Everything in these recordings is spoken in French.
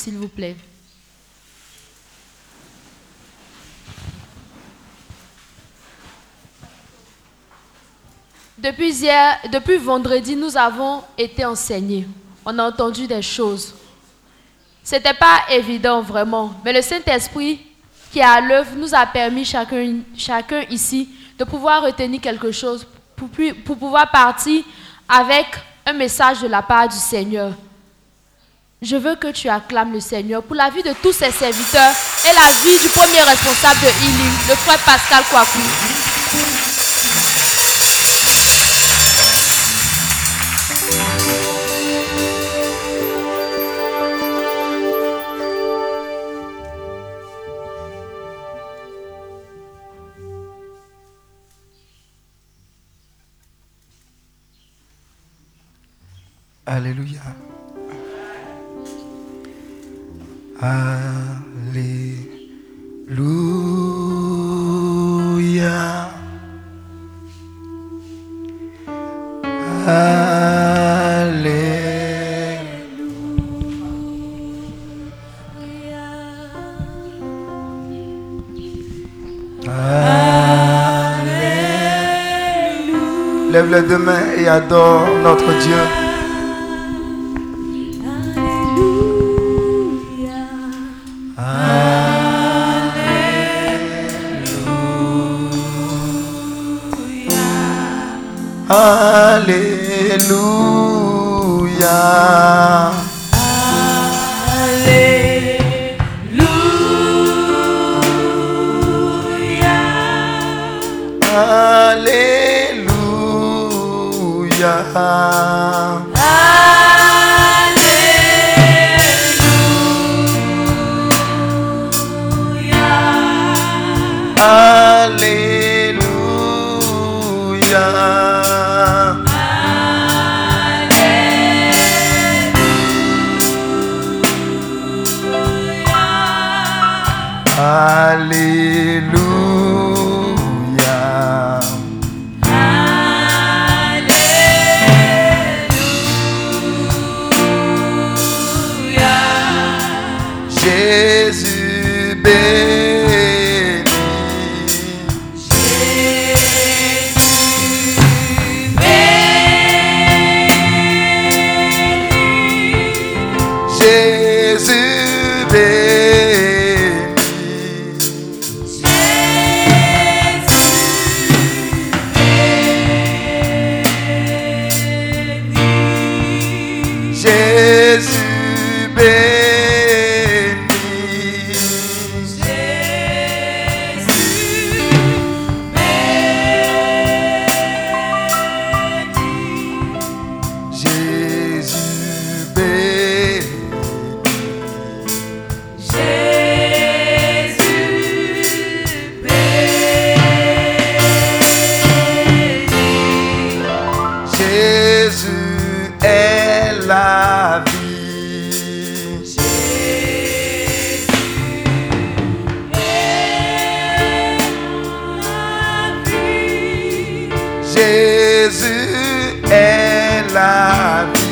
s'il vous plaît. Depuis vendredi, nous avons été enseignés. On a entendu des choses. Ce n'était pas évident vraiment, mais le Saint-Esprit qui est à l'œuvre nous a permis chacun ici de pouvoir retenir quelque chose pour pouvoir partir avec un message de la part du Seigneur. Je veux que tu acclames le Seigneur pour la vie de tous ses serviteurs et la vie du premier responsable de Healing, le frère Pascal Kouakou. Alléluia. Alléluia. Alléluia. Lève les deux mains et adore notre Dieu. Alléluia. Alléluia. Jésus béni. Jésus béni. Jésus béni. Jésus béni. Jésus est la vie. Jésus est la vie.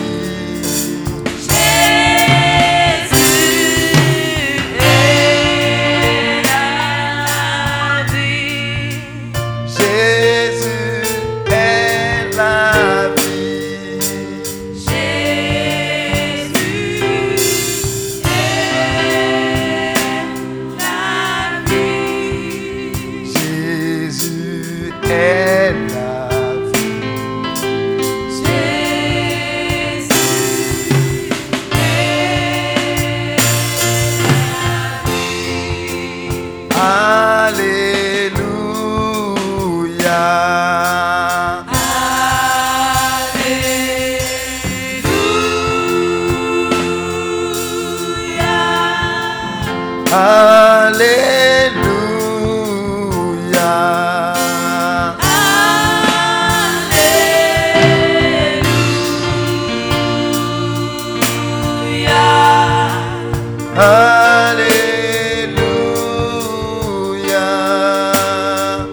Jésus est la vie. Jésus est la vie. Alléluia. Alléluia. Alléluia.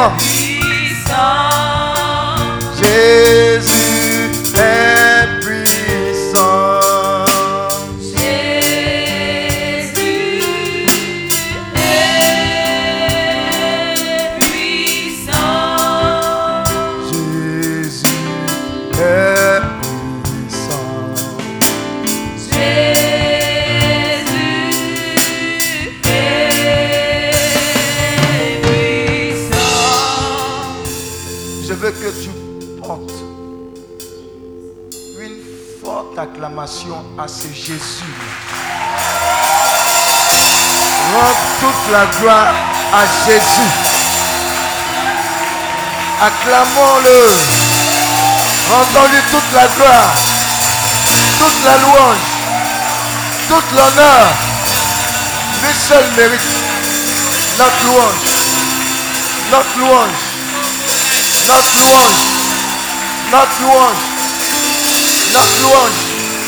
puissant. Jésus est puissant. Que tu portes une forte acclamation à ce Jésus. Rends toute la gloire à Jésus. Acclamons-le. Rendons-lui toute la gloire, toute la louange, toute l'honneur. Lui seul mérite notre louange, notre louange. Notre louange, notre louange, notre louange.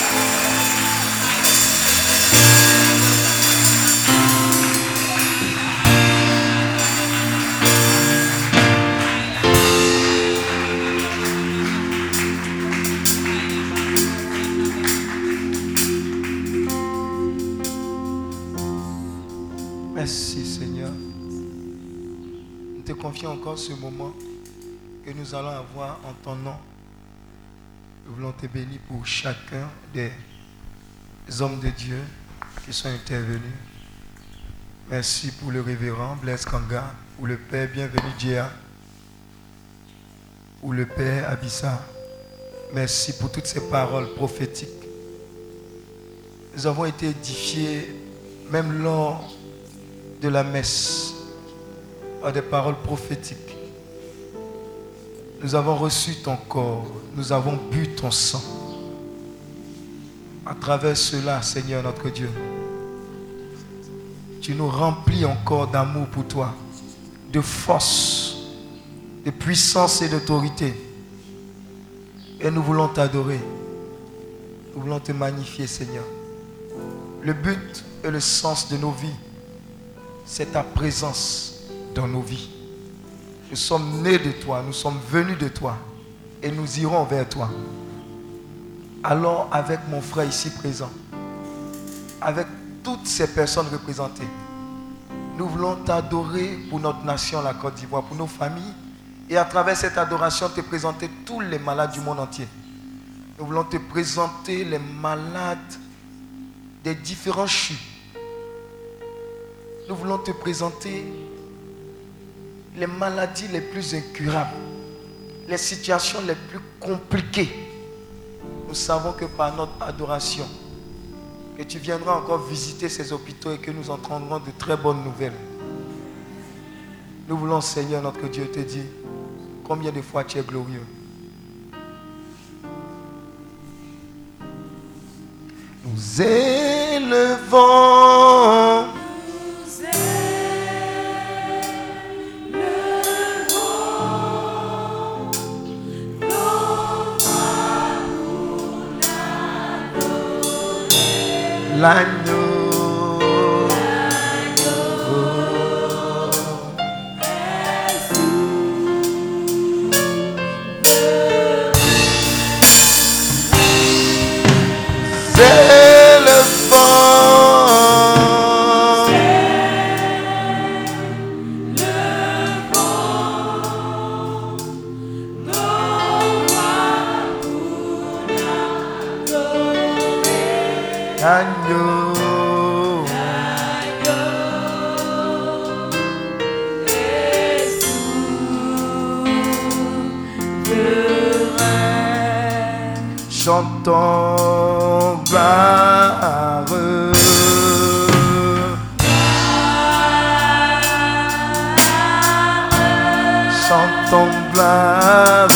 Merci Seigneur. Nous te confions encore ce moment que nous allons avoir en ton nom. Nous voulons te bénir pour chacun des hommes de Dieu qui sont intervenus. Merci pour le révérend Blaise Kanga, pour le Père bienvenu Djéa, pour le Père Abissa. Merci pour toutes ces paroles prophétiques. Nous avons été édifiés même lors de la messe par des paroles prophétiques. Nous avons reçu ton corps, nous avons bu ton sang. À travers cela, Seigneur notre Dieu, tu nous remplis encore d'amour pour toi, de force, de puissance et d'autorité. Et nous voulons t'adorer. Nous voulons te magnifier, Seigneur. Le but et le sens de nos vies, c'est ta présence dans nos vies. Nous sommes nés de toi, nous sommes venus de toi et nous irons vers toi. Alors avec mon frère ici présent, avec toutes ces personnes représentées, nous voulons t'adorer pour notre nation, la Côte d'Ivoire, pour nos familles, et à travers cette adoration te présenter tous les malades du monde entier. Nous voulons te présenter les malades des différents CHU. Nous voulons te présenter les maladies les plus incurables, les situations les plus compliquées. Nous savons que par notre adoration, que tu viendras encore visiter ces hôpitaux et que nous entendrons de très bonnes nouvelles. Nous voulons, Seigneur notre Dieu, te dire combien de fois tu es glorieux. Nous élevons. L'agneau. C'est le vent. Agneau. Chantons gloire. Chantons gloire.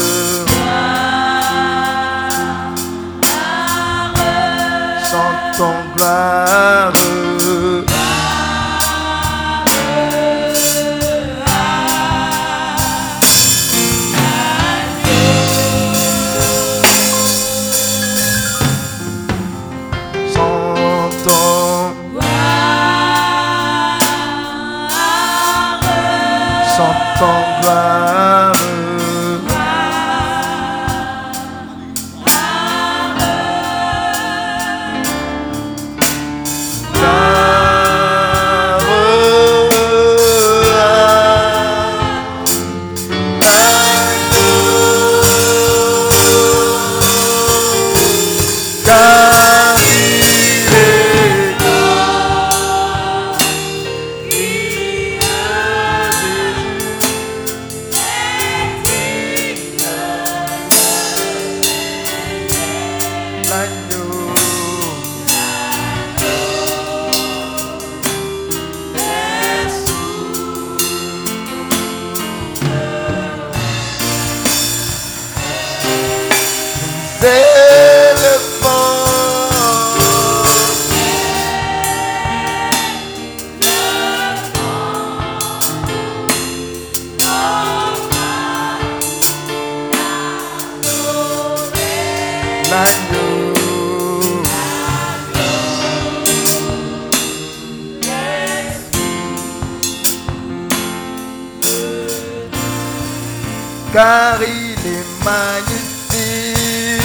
Chantons gloire. Chantons gloire. Car il est magnifique.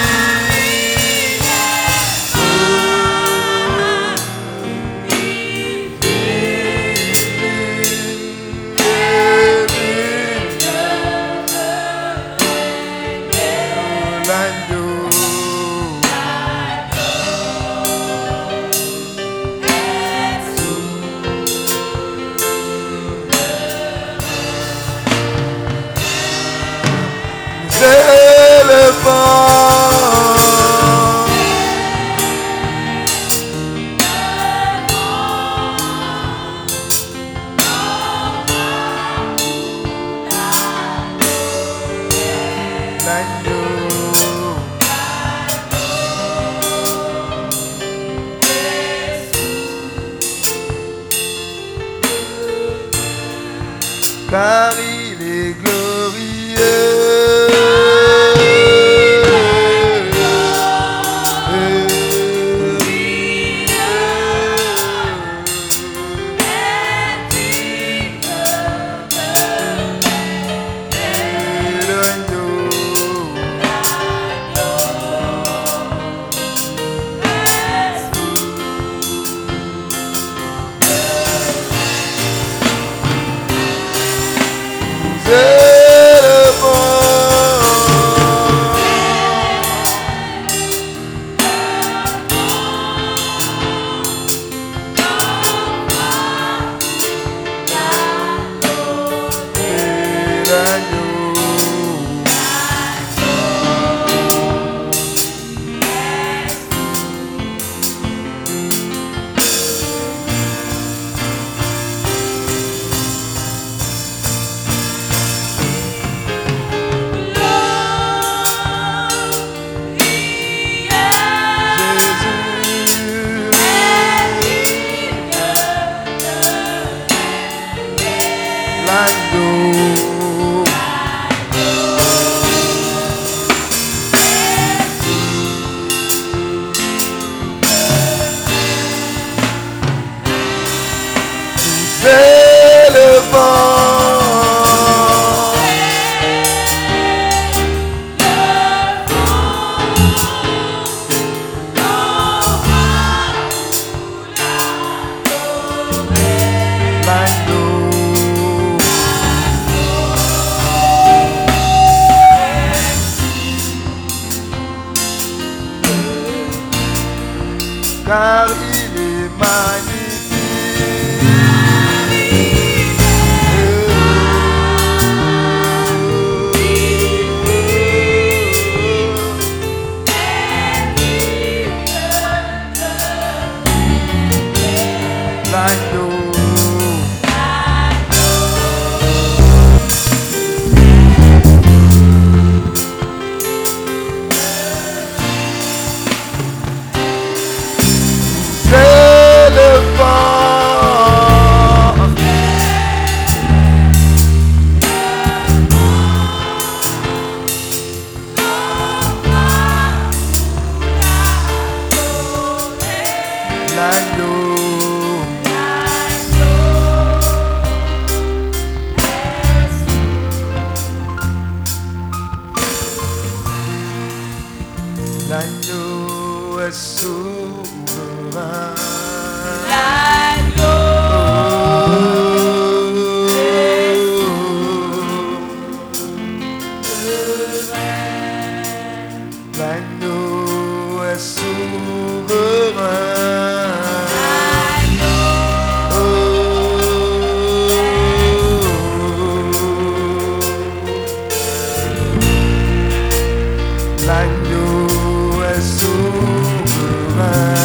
Car il est car il est est souverain. L'agneau est souverain. L'agneau est souverain.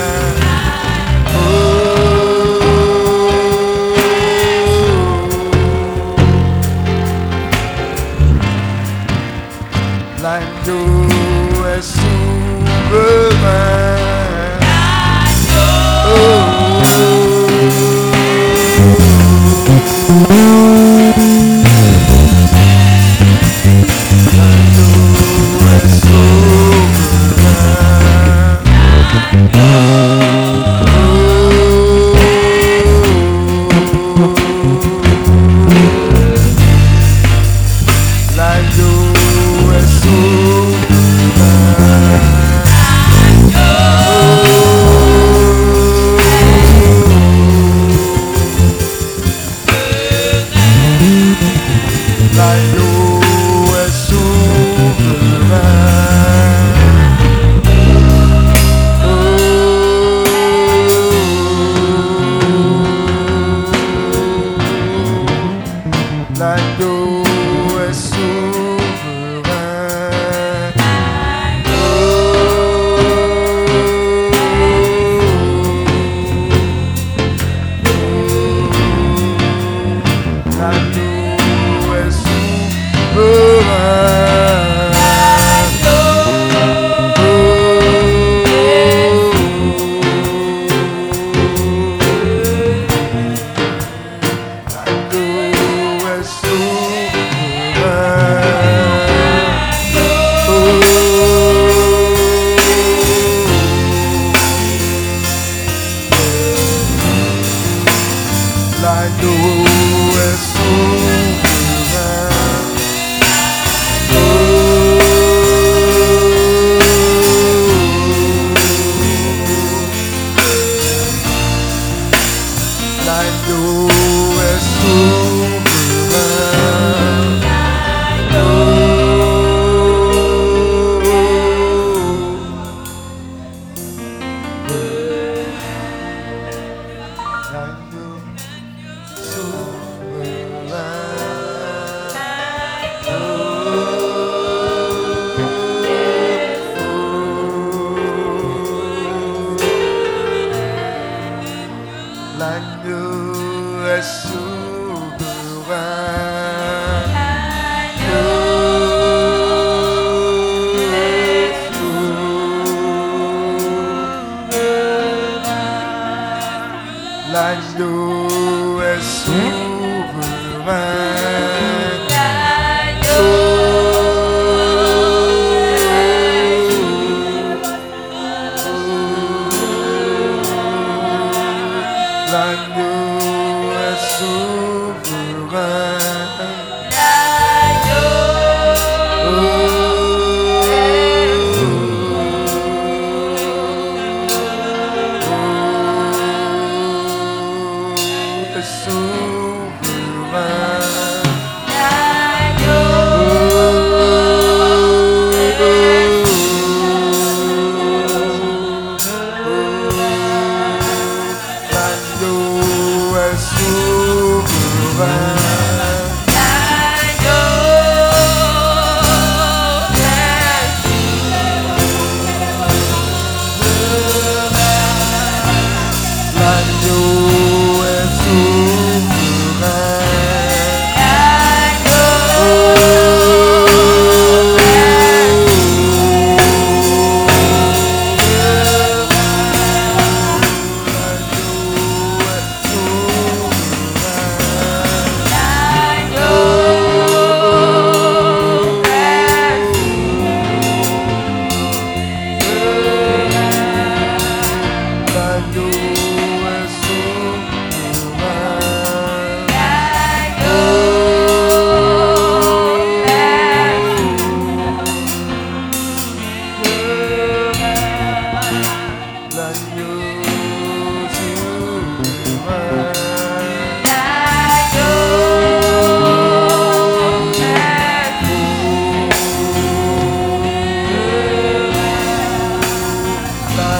L'agneau est souverain. L'agneau est souverain.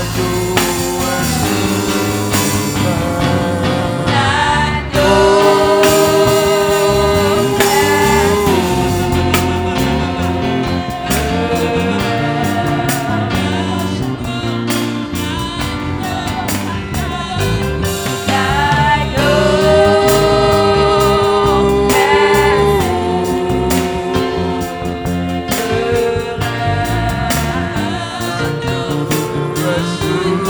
Adoration.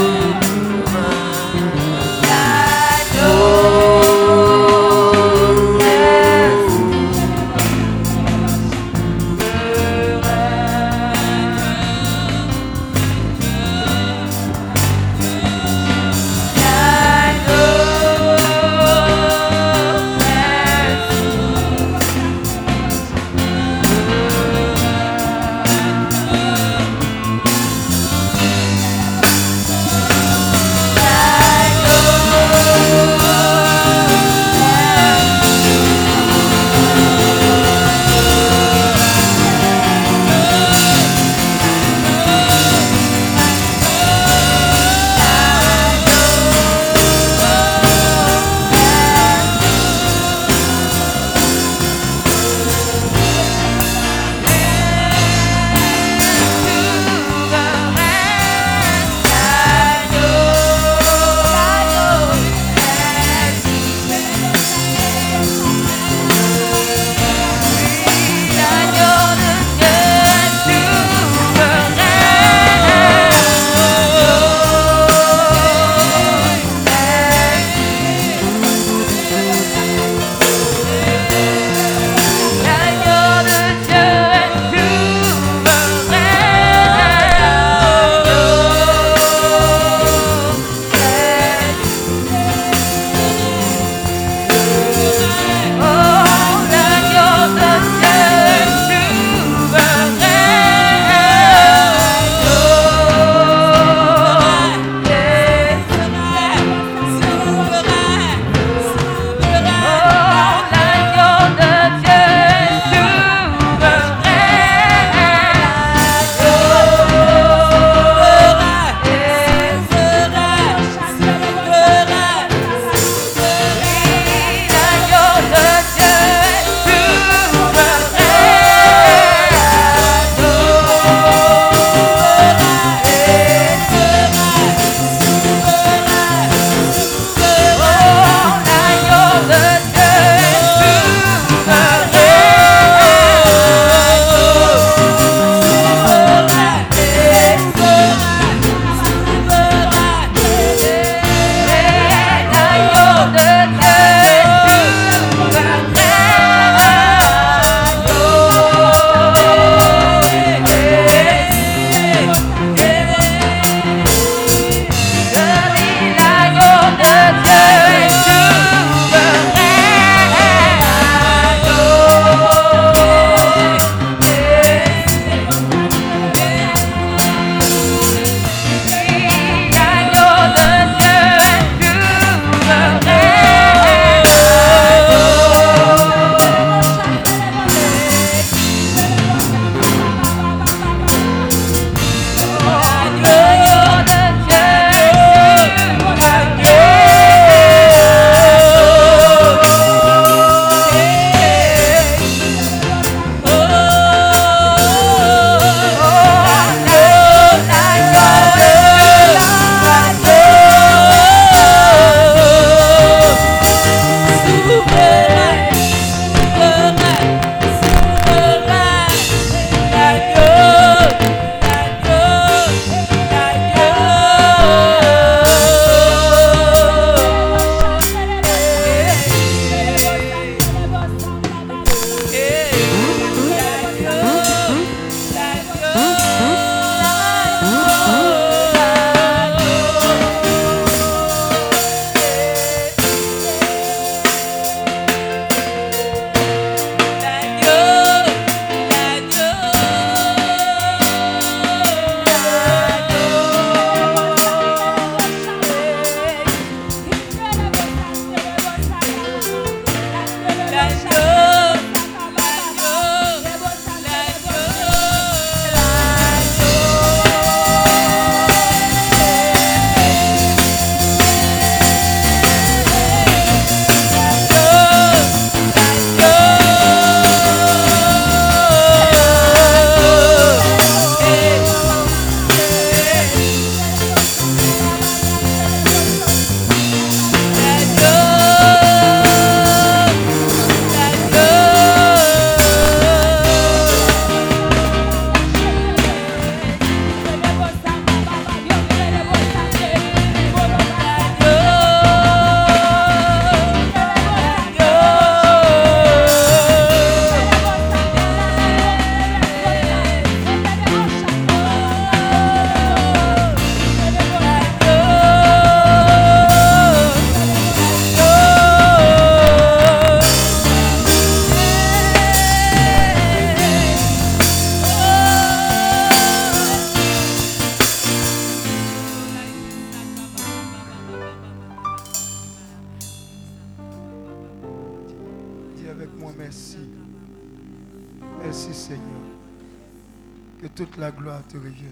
moi. Merci. Merci Seigneur. Que toute la gloire te revienne.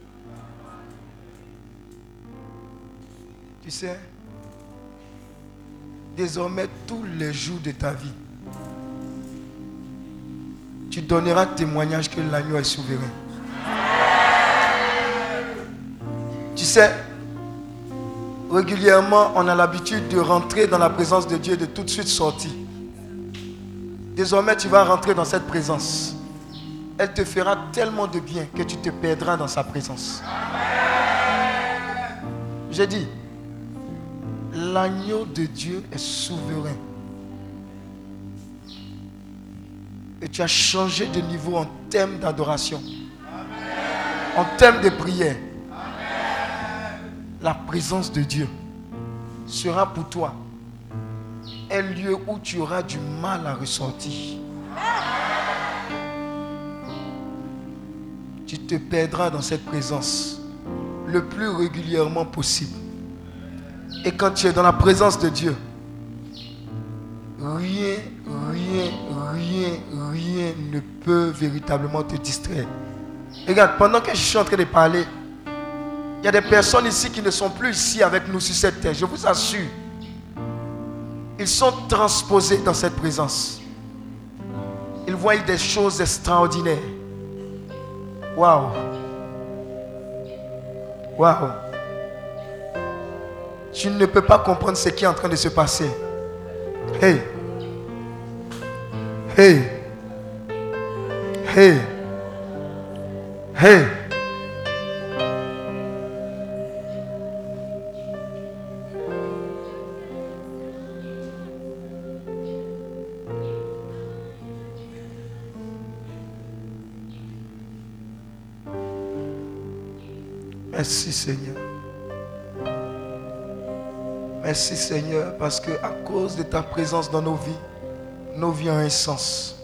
Tu sais, désormais tous les jours de ta vie, tu donneras témoignage que l'agneau est souverain. Tu sais, régulièrement, on a l'habitude de rentrer dans la présence de Dieu et de tout de suite sortir. Désormais, tu vas rentrer dans cette présence. Elle te fera tellement de bien que tu te perdras dans sa présence. J'ai dit, l'agneau de Dieu est souverain. Et tu as changé de niveau en termes d'adoration. En termes de prière. La présence de Dieu sera pour toi un lieu où tu auras du mal à ressortir. Tu te perdras dans cette présence le plus régulièrement possible. Et quand tu es dans la présence de Dieu, rien ne peut véritablement te distraire. Regarde, pendant que je suis en train de parler, il y a des personnes ici qui ne sont plus ici avec nous sur cette terre. Je vous assure. Ils sont transposés dans cette présence. Ils voient des choses extraordinaires. Waouh. Waouh. Tu ne peux pas comprendre ce qui est en train de se passer. Hey. Hey. Hey. Hey. Merci Seigneur. Merci Seigneur parce que à cause de ta présence dans nos vies ont un sens.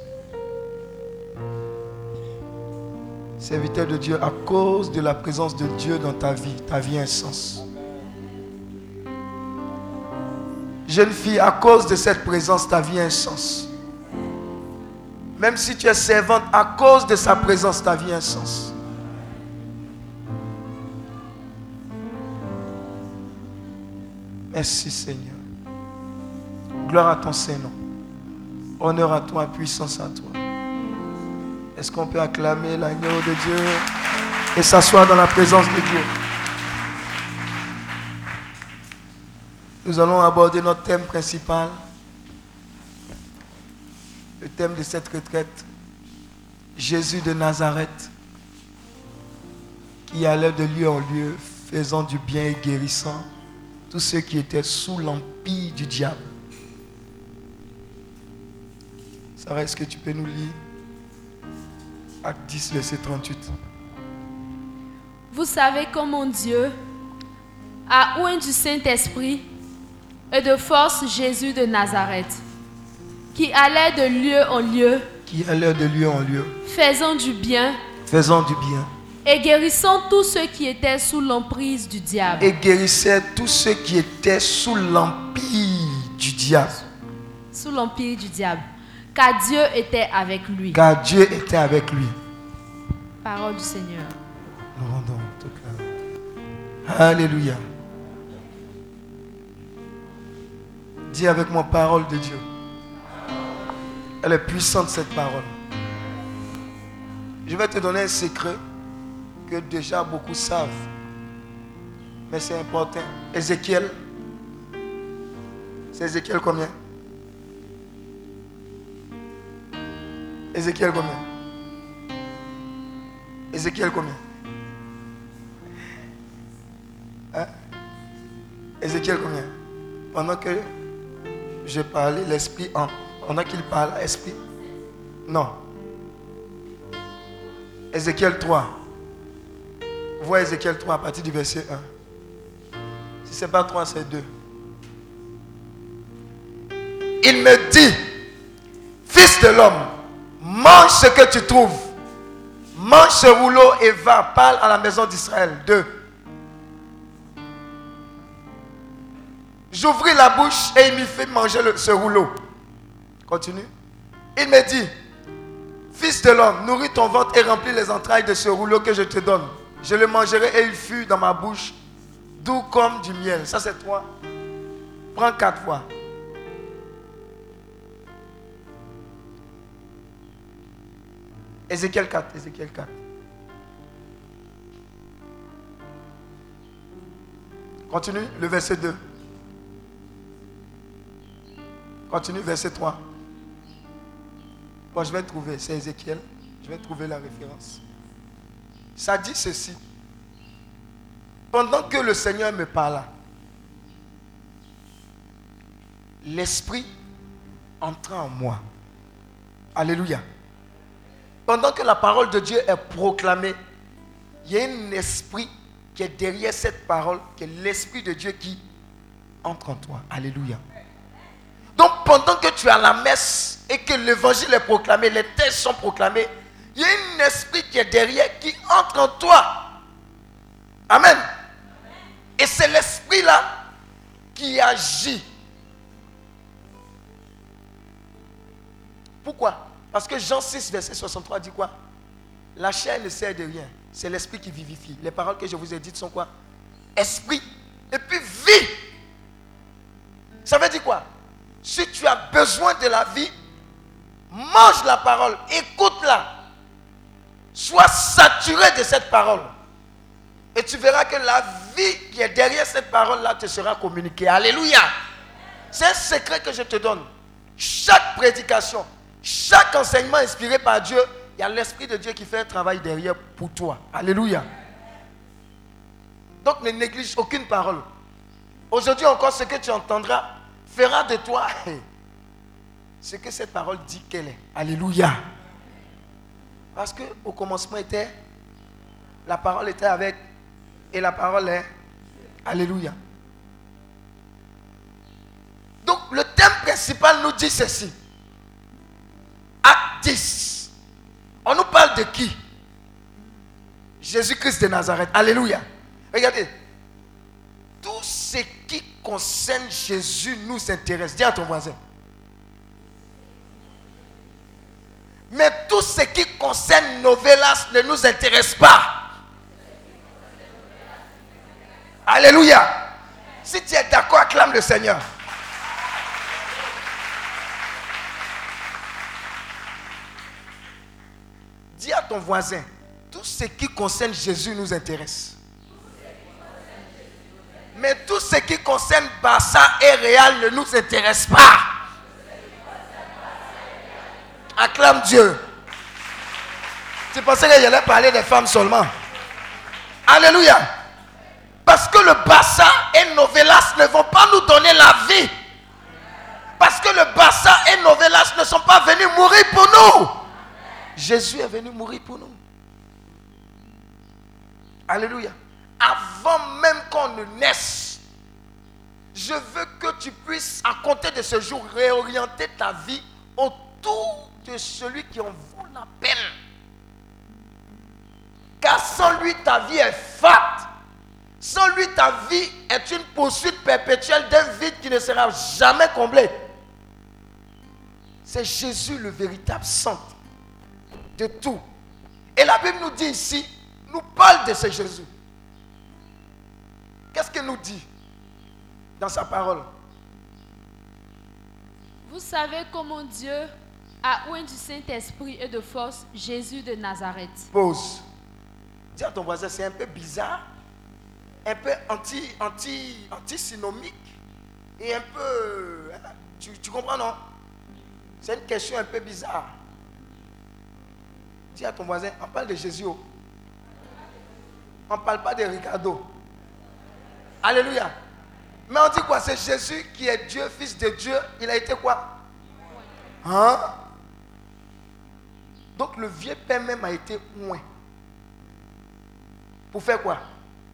Serviteur de Dieu, à cause de la présence de Dieu dans ta vie a un sens. Jeune fille, à cause de cette présence, ta vie a un sens. Même si tu es servante, à cause de sa présence, ta vie a un sens. Merci Seigneur. Gloire à ton Saint-Nom. Honneur à toi, puissance à toi. Est-ce qu'on peut acclamer l'agneau de Dieu et s'asseoir dans la présence de Dieu? Nous allons aborder notre thème principal. Le thème de cette retraite. Jésus de Nazareth, qui allait de lieu en lieu, faisant du bien et guérissant tous ceux qui étaient sous l'empire du diable. Sarah, est-ce que tu peux nous lire Acte 10, verset 38. Vous savez comment Dieu a oint du Saint-Esprit et de force Jésus de Nazareth, qui allait de lieu en lieu, faisant du bien, et guérissant tous ceux qui étaient sous l'emprise du diable. Et guérissait tous ceux qui étaient sous l'empire du diable. Sous l'empire du diable. Car Dieu était avec lui. Car Dieu était avec lui. Parole du Seigneur. Nous rendons toute la... Alléluia. Dis avec moi, parole de Dieu. Elle est puissante, cette parole. Je vais te donner un secret que déjà beaucoup savent. Mais c'est important. Ézéchiel. C'est Ézéchiel combien? Ézéchiel combien? Ézéchiel combien? Hein? Ézéchiel combien? Pendant que je parlais, l'esprit en... Pendant qu'il parle, l'esprit... Non. Ézéchiel 3. Vois Ézéchiel 3 à partir du verset 1. Si ce n'est pas 3, c'est 2. Il me dit, fils de l'homme, mange ce que tu trouves. Mange ce rouleau et va, parle à la maison d'Israël. 2. J'ouvris la bouche et il m'y fait manger ce rouleau. Continue. Il me dit, fils de l'homme, nourris ton ventre et remplis les entrailles de ce rouleau que je te donne. Je le mangerai et il fut dans ma bouche, doux comme du miel. Ça c'est toi. Prends 4 fois. Ézéchiel 4, Ézéchiel 4. Continue, le verset 2. Continue, verset 3. Bon, je vais trouver, c'est Ézéchiel. Je vais trouver la référence. Ça dit ceci. Pendant que le Seigneur me parla, l'Esprit entra en moi. Alléluia. Pendant que la parole de Dieu est proclamée, il y a un esprit qui est derrière cette parole, qui est l'Esprit de Dieu qui entre en toi. Alléluia. Donc pendant que tu es à la messe et que l'évangile est proclamé, les textes sont proclamés, il y a un esprit qui est derrière qui entre en toi. Amen. Et c'est l'esprit là qui agit. Pourquoi? Parce que Jean 6, verset 63 dit quoi? La chair ne sert de rien. C'est l'esprit qui vivifie. Les paroles que je vous ai dites sont quoi? Esprit. Et puis vie. Ça veut dire quoi? Si tu as besoin de la vie, mange la parole, écoute-la. Sois saturé de cette parole. Et tu verras que la vie qui est derrière cette parole-là te sera communiquée. Alléluia. C'est un secret que je te donne. Chaque prédication, chaque enseignement inspiré par Dieu, il y a l'Esprit de Dieu qui fait un travail derrière pour toi. Alléluia. Donc ne néglige aucune parole. Aujourd'hui encore, ce que tu entendras fera de toi ce que cette parole dit qu'elle est. Alléluia. Parce qu'au commencement la parole était avec, et la parole est. Alléluia. Donc le thème principal nous dit ceci. Acte 10. On nous parle de qui? Jésus-Christ de Nazareth. Alléluia. Regardez. Tout ce qui concerne Jésus nous intéresse. Dis à ton voisin. Mais tout ce qui concerne Novelas ne nous intéresse pas. Alléluia. Si tu es d'accord, acclame le Seigneur. Dis à ton voisin, tout ce qui concerne Jésus nous intéresse. Mais tout ce qui concerne Barça et Real ne nous intéresse pas. Acclame Dieu. Tu pensais qu'il allait parler des femmes seulement? Alléluia. Parce que le Barça et Novelas ne vont pas nous donner la vie. Parce que le Barça et Novelas ne sont pas venus mourir pour nous. Jésus est venu mourir pour nous. Alléluia. Avant même qu'on ne naisse, je veux que tu puisses, à compter de ce jour, réorienter ta vie autour de celui qui en vaut la peine. Car sans lui, ta vie est fat. Sans lui, ta vie est une poursuite perpétuelle d'un vide qui ne sera jamais comblé. C'est Jésus le véritable centre de tout. Et la Bible nous dit ici, nous parle de ce Jésus. Qu'est-ce qu'il nous dit dans sa parole? Vous savez comment Dieu a oint du Saint-Esprit et de force Jésus de Nazareth. Pause. Dis à ton voisin, c'est un peu bizarre, un peu antinomique et un peu... Tu comprends, non? C'est une question un peu bizarre. Dis à ton voisin, on parle de Jésus. On ne parle pas de Ricardo. Alléluia. Mais on dit quoi? C'est Jésus qui est Dieu, fils de Dieu. Il a été quoi? Hein? Donc le vieux père même a été oint. Pour faire quoi?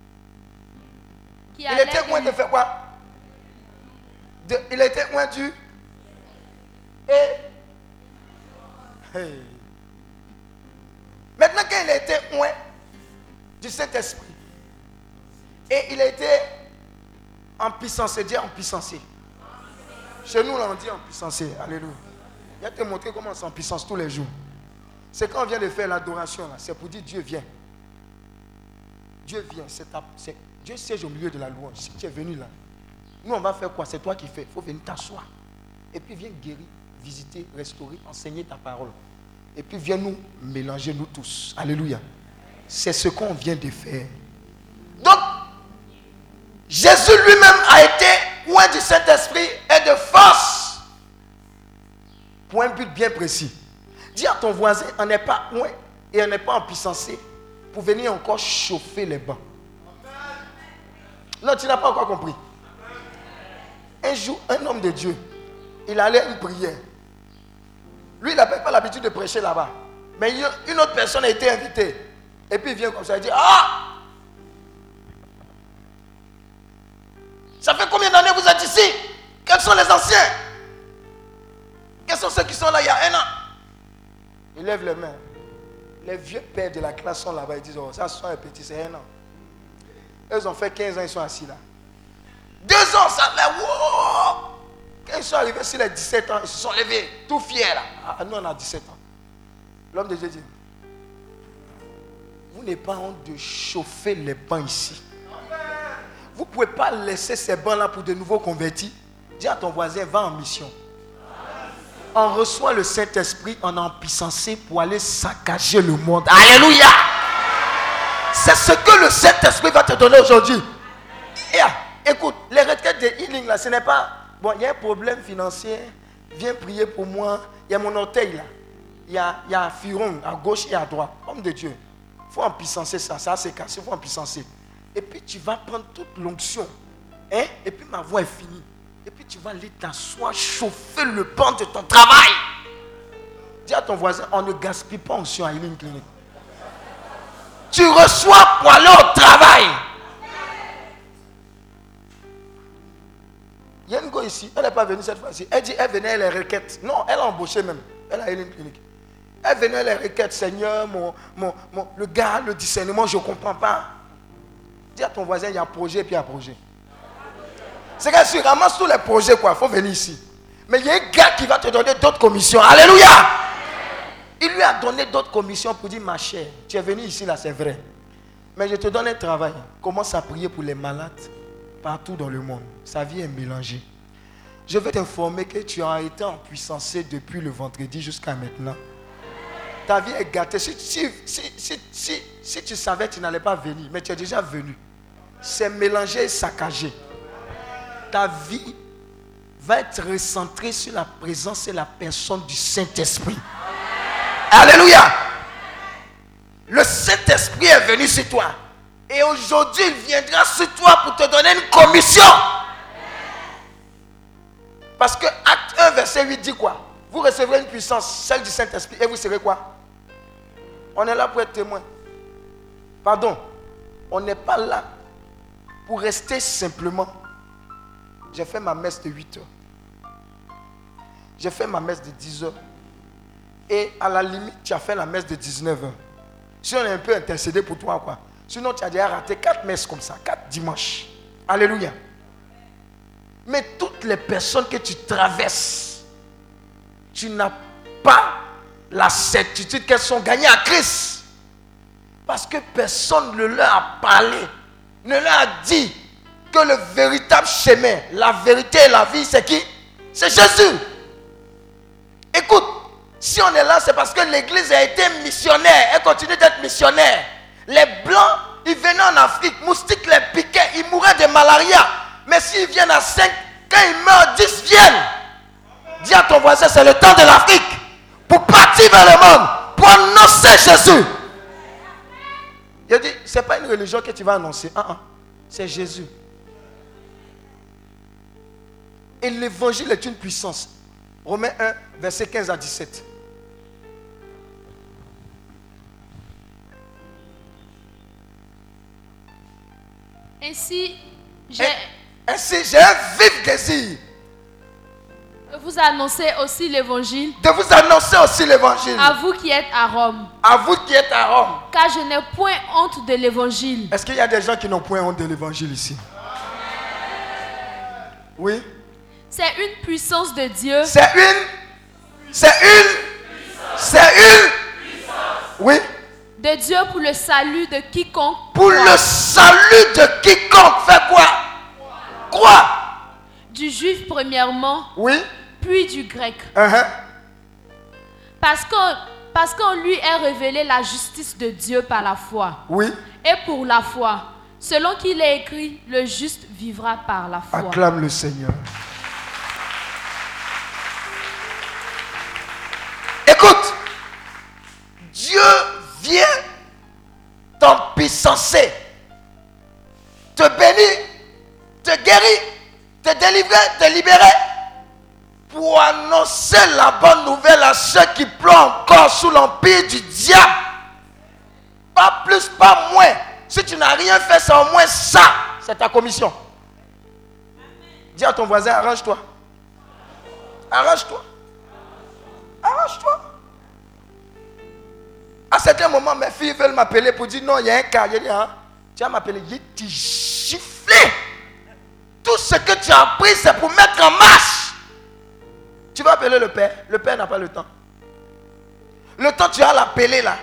Il était oint de faire quoi? Il a été oint du... Hey. Maintenant qu'il a été oint du Saint-Esprit, et il a été en puissance, dire en puissance. Chez nous, là, on dit en puissance. Alléluia. Il va te montrer comment on est en puissance tous les jours. C'est quand on vient de faire l'adoration, c'est pour dire Dieu vient. Dieu vient, Dieu siège au milieu de la louange. Si tu es venu là, nous on va faire quoi? C'est toi qui fais. Il faut venir t'asseoir. Et puis viens guérir, visiter, restaurer, enseigner ta parole. Et puis viens nous mélanger, nous tous. Alléluia. C'est ce qu'on vient de faire. Donc, Jésus lui-même a été loin du Saint-Esprit et de force. Pour un but bien précis. Dis à ton voisin, on n'est pas loin et on n'est pas en puissance pour venir encore chauffer les bancs. Non, tu n'as pas encore compris. Un jour, un homme de Dieu, il allait à une prière. Lui, il n'avait pas l'habitude de prêcher là-bas. Mais une autre personne a été invitée. Et puis il vient comme ça, il dit, ah! Ça fait combien d'années vous êtes ici? Quels sont les anciens? Quels sont ceux qui sont là il y a un an? Il lève les mains. Les vieux pères de la classe sont là-bas. Ils disent, oh, ça sont un petit, c'est un an. Ils ont fait 15 ans, ils sont assis là. 2 ans, ça là, wow! Quand ils sont arrivés sur les 17 ans, ils se sont levés, tout fiers là. Ah, nous, on a 17 ans. L'homme de Dieu dit, vous n'avez pas honte de chauffer les bancs ici. Vous ne pouvez pas laisser ces bancs-là pour de nouveaux convertis. Dis à ton voisin, va en mission. On reçoit le Saint-Esprit, on est en puissance pour aller saccager le monde. Alléluia! C'est ce que le Saint-Esprit va te donner aujourd'hui. Écoute, les retraites de healing là, ce n'est pas... Bon, il y a un problème financier, viens prier pour moi. Il y a mon orteil là. Il y a un furon à gauche et à droite. Homme de Dieu, il faut en puissancer ça. Ça c'est cassé, il faut en puissancer. Et puis tu vas prendre toute l'onction. Hein? Et puis ma voix est finie. Et puis tu vas aller t'asseoir, chauffer le banc de ton travail. Dis à ton voisin, on ne gaspille pas onction à Healing Clinic. Tu reçois pour aller au travail. Il y a une go ici, elle n'est pas venue cette fois-ci. Elle dit, elle venait, elle est requête. Non, elle a embauché même. Elle a Healing Clinic. Elle venait, elle est requête. Seigneur, le gars, le discernement, je ne comprends pas. Dis à ton voisin, il y a projet et puis il y a projet. C'est que tu ramasses tous les projets, quoi. Il faut venir ici. Mais il y a un gars qui va te donner d'autres commissions. Alléluia! Il lui a donné d'autres commissions pour dire, ma chère, tu es venu ici, là, c'est vrai. Mais je te donne un travail. Commence à prier pour les malades partout dans le monde. Sa vie est mélangée. Je vais t'informer que tu as été en puissance depuis le vendredi jusqu'à maintenant. Ta vie est gâtée. Si tu savais, tu n'allais pas venir. Mais tu es déjà venu. C'est mélangé et saccagé. Ta vie va être recentrée sur la présence et la personne du Saint-Esprit. Alléluia. Le Saint-Esprit est venu sur toi. Et aujourd'hui, il viendra sur toi pour te donner une commission. Parce que Acte 1, verset 8 dit quoi? Vous recevrez une puissance, celle du Saint-Esprit. Et vous serez quoi? On est là pour être témoin. Pardon. On n'est pas là pour rester simplement. J'ai fait ma messe de 8 heures. J'ai fait ma messe de 10 heures. Et à la limite, tu as fait la messe de 19 heures. Si on est un peu intercédé pour toi, quoi. Sinon, tu as déjà raté 4 messes comme ça, 4 dimanches. Alléluia. Mais toutes les personnes que tu traverses, tu n'as pas la certitude qu'elles sont gagnées à Christ. Parce que personne ne leur a parlé, ne leur a dit que le véritable chemin, la vérité et la vie, c'est qui? C'est Jésus. Écoute, si on est là, c'est parce que l'église a été missionnaire. Elle continue d'être missionnaire. Les blancs, ils venaient en Afrique, moustiques les piquaient, ils mouraient de malaria. Mais s'ils viennent à 5, quand ils meurent, 10 viennent. Dis à ton voisin, c'est le temps de l'Afrique pour partir vers le monde, pour annoncer Jésus. Il a dit, ce n'est pas une religion que tu vas annoncer. C'est Jésus. Et l'évangile est une puissance. Romains 1, verset 15 à 17. Ainsi, j'ai un vif désir de vous annoncer aussi l'évangile. De vous annoncer aussi l'évangile. À vous qui êtes à Rome. À vous qui êtes à Rome. Car je n'ai point honte de l'évangile. Est-ce qu'il y a des gens qui n'ont point honte de l'évangile ici? Oui. C'est une puissance de Dieu. C'est une C'est une. Oui. De Dieu pour le salut de quiconque. Pour le salut de quiconque. Fait quoi? Quoi? Du juif premièrement. Oui. Puis du grec. Parce qu'en lui est révélée la justice de Dieu par la foi. Oui. Et pour la foi, selon qu'il est écrit, le juste vivra par la foi. Acclame le Seigneur. Écoute, Dieu vient t'empuissancer, te bénir, te guérir, te délivrer, te libérer, pour annoncer la bonne nouvelle à ceux qui pleurent encore sous l'empire du diable. Pas plus, pas moins. Si tu n'as rien fait, c'est au moins ça. C'est ta commission. Dis à ton voisin, arrange-toi. Arrange-toi. Arrange-toi. À certains moments, mes filles veulent m'appeler pour dire non, il y a un cas. Je dis, hein, tu vas m'appeler. Je t'ai giflé. Tout ce que tu as appris, c'est pour mettre en marche. Tu vas appeler le père. Le père n'a pas le temps. Le temps, tu vas l'appeler là.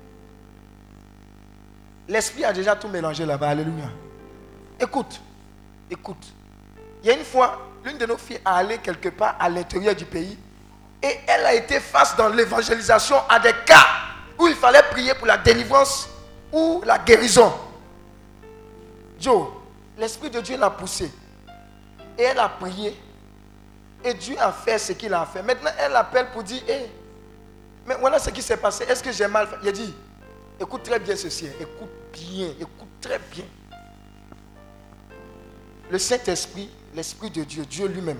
L'esprit a déjà tout mélangé là-bas. Alléluia. Écoute. Il y a une fois, l'une de nos filles est allée quelque part à l'intérieur du pays et elle a été face dans l'évangélisation à des cas où il fallait prier pour la délivrance ou la guérison. Joe, l'Esprit de Dieu l'a poussée et elle a prié et Dieu a fait ce qu'il a fait. Maintenant, elle appelle pour dire, mais voilà ce qui s'est passé. Est-ce que j'ai mal fait? Il a dit, écoute très bien ceci. Écoute très bien. Le Saint-Esprit, l'Esprit de Dieu, Dieu lui-même,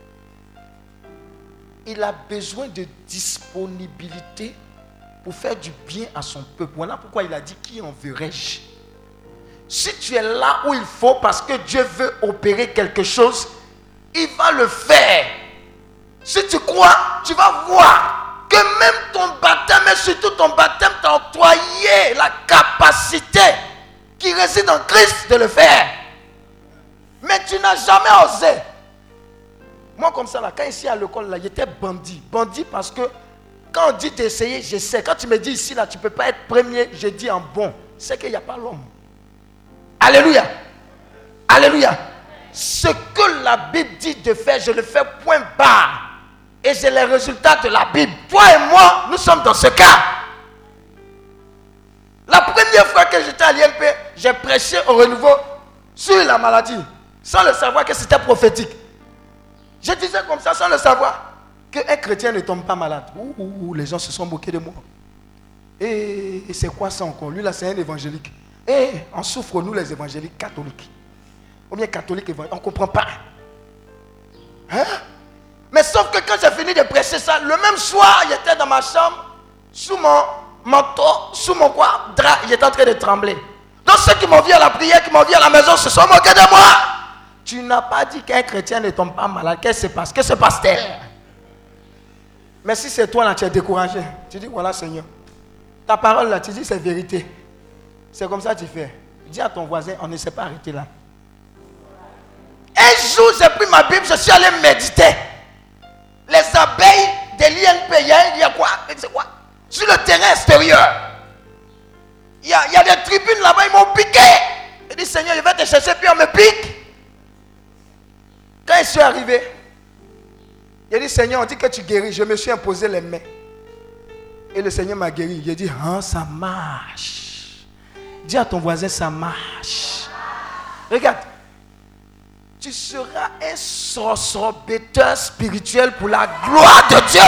il a besoin de disponibilité pour faire du bien à son peuple. Voilà pourquoi il a dit, qui enverrai-je? Si tu es là où il faut parce que Dieu veut opérer quelque chose, il va le faire. Si tu crois, tu vas voir que même ton baptême, et surtout ton baptême, t'a octroyé la capacité qui réside en Christ de le faire. Mais tu n'as jamais osé. Moi comme ça, là, quand ici à l'école, là, j'étais bandit. Bandit parce que quand on dit d'essayer, j'essaie. Quand tu me dis ici, là, tu ne peux pas être premier, je dis en bon. C'est qu'il n'y a pas l'homme. Alléluia. Alléluia. Ce que la Bible dit de faire, je le fais point barre. Et j'ai les résultats de la Bible. Toi et moi, nous sommes dans ce cas. La première fois que j'étais à l'INP, j'ai prêché au renouveau sur la maladie, sans le savoir que c'était prophétique. Je disais comme ça, sans le savoir, qu'un chrétien ne tombe pas malade. Les gens se sont moqués de moi. Et c'est quoi ça encore? Lui là, c'est un évangélique. On souffre, nous les évangéliques catholiques. Ou bien catholiques évangéliques, on ne comprend pas. Hein? Mais sauf que quand j'ai fini de prêcher ça, le même soir, j'étais dans ma chambre, sous mon manteau, sous mon drap, j'étais en train de trembler. Donc ceux qui m'ont vu à la prière, qui m'ont vu à la maison, se sont moqués de moi. Tu n'as pas dit qu'un chrétien ne tombe pas malade. Qu'est-ce qui se passe? Qu'est-ce qui se passe-t-il? Mais si c'est toi là, tu es découragé. Tu dis, voilà Seigneur. Ta parole là, tu dis, c'est vérité. C'est comme ça que tu fais. Dis à ton voisin, on ne s'est pas arrêté là. Un jour, j'ai pris ma Bible, je suis allé méditer. Les abeilles de l'INP, il y a quoi? C'est quoi? Sur le terrain extérieur. Il y a des tribunes là-bas, ils m'ont piqué. Je dis, Seigneur, je vais te chercher, puis on me pique. Quand je suis arrivé, il dit, Seigneur, on dit que tu guéris. Je me suis imposé les mains. Et le Seigneur m'a guéri. Il dit, ça marche. Dis à ton voisin, ça marche. Regarde. Tu seras un sorcerer spirituel pour la gloire de Dieu.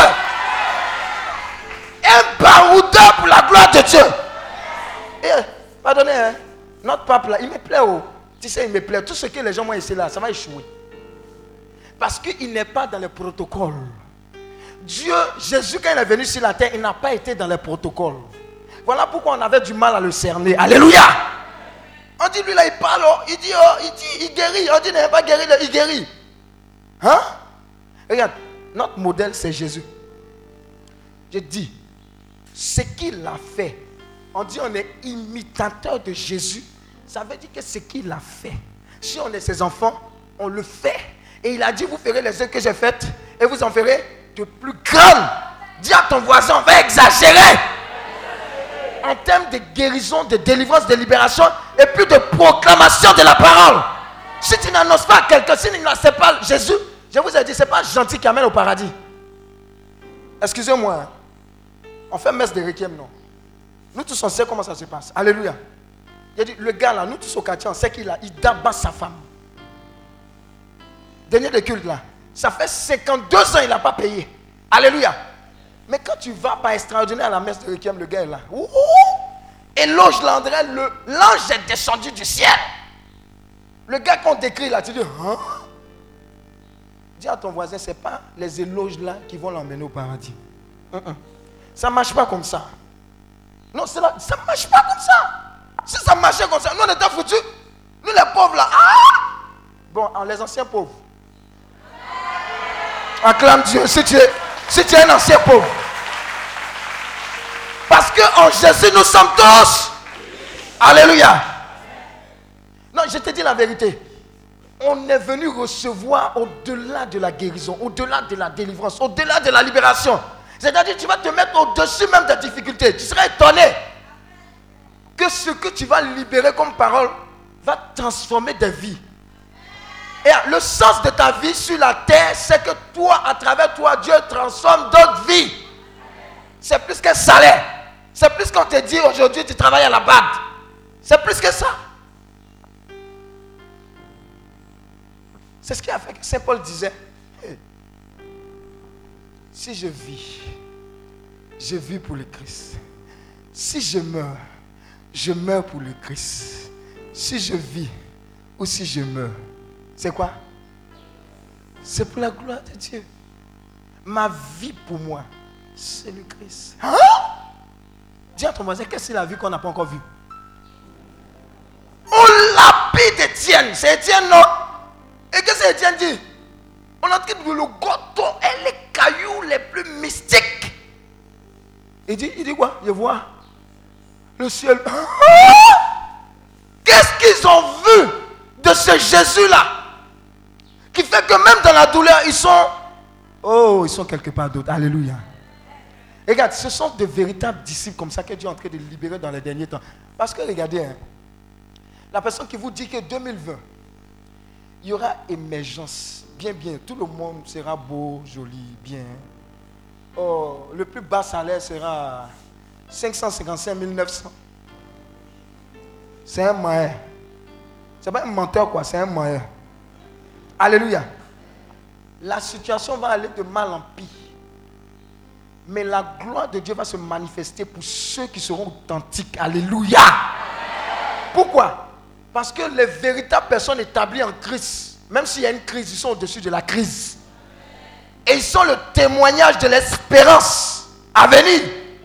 Un baroudeur pour la gloire de Dieu. Pardonnez, hein? Notre pape là, il me plaît. Tu sais, il me plaît. Tout ce que les gens m'ont essayé là, ça va échouer. Parce qu'il n'est pas dans le protocole. Dieu, Jésus, quand il est venu sur la terre, il n'a pas été dans le protocole. Voilà pourquoi on avait du mal à le cerner. Alléluia. On dit, lui là, il parle, il guérit. On dit, il n'est pas guéri, il guérit. Hein? Regarde, notre modèle, c'est Jésus. Je dis, ce qu'il a fait, on dit, on est imitateur de Jésus. Ça veut dire que ce qu'il a fait, si on est ses enfants, on le fait. Et il a dit, vous ferez les œuvres que j'ai faites, et vous en ferez de plus grande. Dis à ton voisin, on va exagérer. En termes de guérison, de délivrance, de libération, et puis de proclamation de la parole. Si tu n'annonces pas à quelqu'un, si tu n'acceptes pas Jésus, je vous ai dit, ce n'est pas gentil qui amène au paradis. Excusez-moi. On fait messe de requiem, non? Nous tous, on sait comment ça se passe. Alléluia. Il a dit, le gars là, nous tous au quartier, on sait qu'il d'abat sa femme. Dernier de culte là. Ça fait 52 ans, il n'a pas payé. Alléluia. Mais quand tu vas par extraordinaire à la messe de requiem, le gars est là. Ouh, éloge l'André, l'ange est descendu du ciel. Le gars qu'on décrit là, tu dis, hein? Dis à ton voisin, ce n'est pas les éloges là qui vont l'emmener au paradis. Ça ne marche pas comme ça. Non, ça ne marche pas comme ça. Si ça marchait comme ça, nous on était foutus. Nous les pauvres là. Ah! Bon, les anciens pauvres. Acclame Dieu si tu es un ancien pauvre. Parce qu'en Jésus nous sommes tous. Alléluia. Non, je te dis la vérité. On est venu recevoir au-delà de la guérison, au-delà de la délivrance, au-delà de la libération. C'est-à-dire tu vas te mettre au-dessus même des difficultés. Tu seras étonné que ce que tu vas libérer comme parole va transformer des vies. Et le sens de ta vie sur la terre, c'est que toi, à travers toi, Dieu transforme d'autres vies. C'est plus qu'un salaire. C'est plus qu'on te dit aujourd'hui tu travailles à la BAD. C'est plus que ça. C'est ce qui a fait que Saint Paul disait, hey, si je vis pour le Christ. Si je meurs pour le Christ. Si je vis ou si je meurs, c'est quoi? C'est pour la gloire de Dieu. Ma vie pour moi, c'est le Christ. Hein? Dis à ton voisin, qu'est-ce que c'est la vie qu'on n'a pas encore vue? On lapide Étienne. C'est Étienne, non? Et qu'est-ce que Étienne dit? On a dit que le goton et les cailloux les plus mystiques. Il dit quoi? Je vois le ciel. Qu'est-ce qu'ils ont vu de ce Jésus-là? Qui fait que même dans la douleur, ils sont quelque part d'autre. Alléluia. Et regarde, ce sont de véritables disciples comme ça que Dieu est en train de libérer dans les derniers temps. Parce que regardez, hein, la personne qui vous dit que 2020, il y aura émergence. Bien, tout le monde sera beau, joli, bien. Oh, le plus bas salaire sera 555 900. C'est un moyen. C'est pas un menteur quoi, c'est un moyen. Alléluia. La situation va aller de mal en pire. Mais la gloire de Dieu va se manifester pour ceux qui seront authentiques. Alléluia. Pourquoi? Parce que les véritables personnes établies en Christ, même s'il y a une crise, ils sont au-dessus de la crise. Et ils sont le témoignage de l'espérance à venir.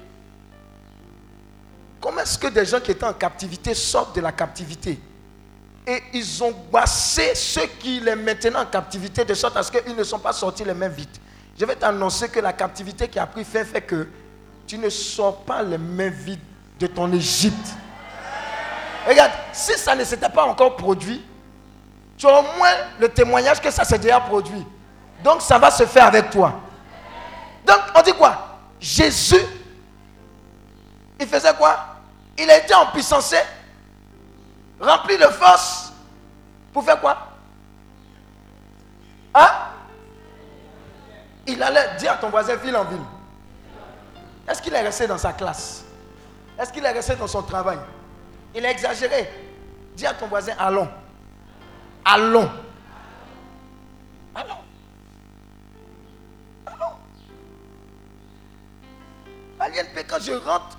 Comment est-ce que des gens qui étaient en captivité sortent de la captivité? Et ils ont bassé ceux qui les maintenaient en captivité de sorte à ce qu'ils ne sont pas sortis les mains vides. Je vais t'annoncer que la captivité qui a pris fin fait que tu ne sors pas les mains vides de ton Égypte. Regarde, si ça ne s'était pas encore produit, tu as au moins le témoignage que ça s'est déjà produit. Donc ça va se faire avec toi. Donc on dit quoi? Jésus, il faisait quoi? Il a été empuissancé, rempli de force, pour faire quoi? Hein? Il allait dire à ton voisin ville en ville. Est-ce qu'il est resté dans sa classe? Est-ce qu'il est resté dans son travail? Il a exagéré. Dis à ton voisin, allons. Allons. Allons. Allons. À l'INP, quand je rentre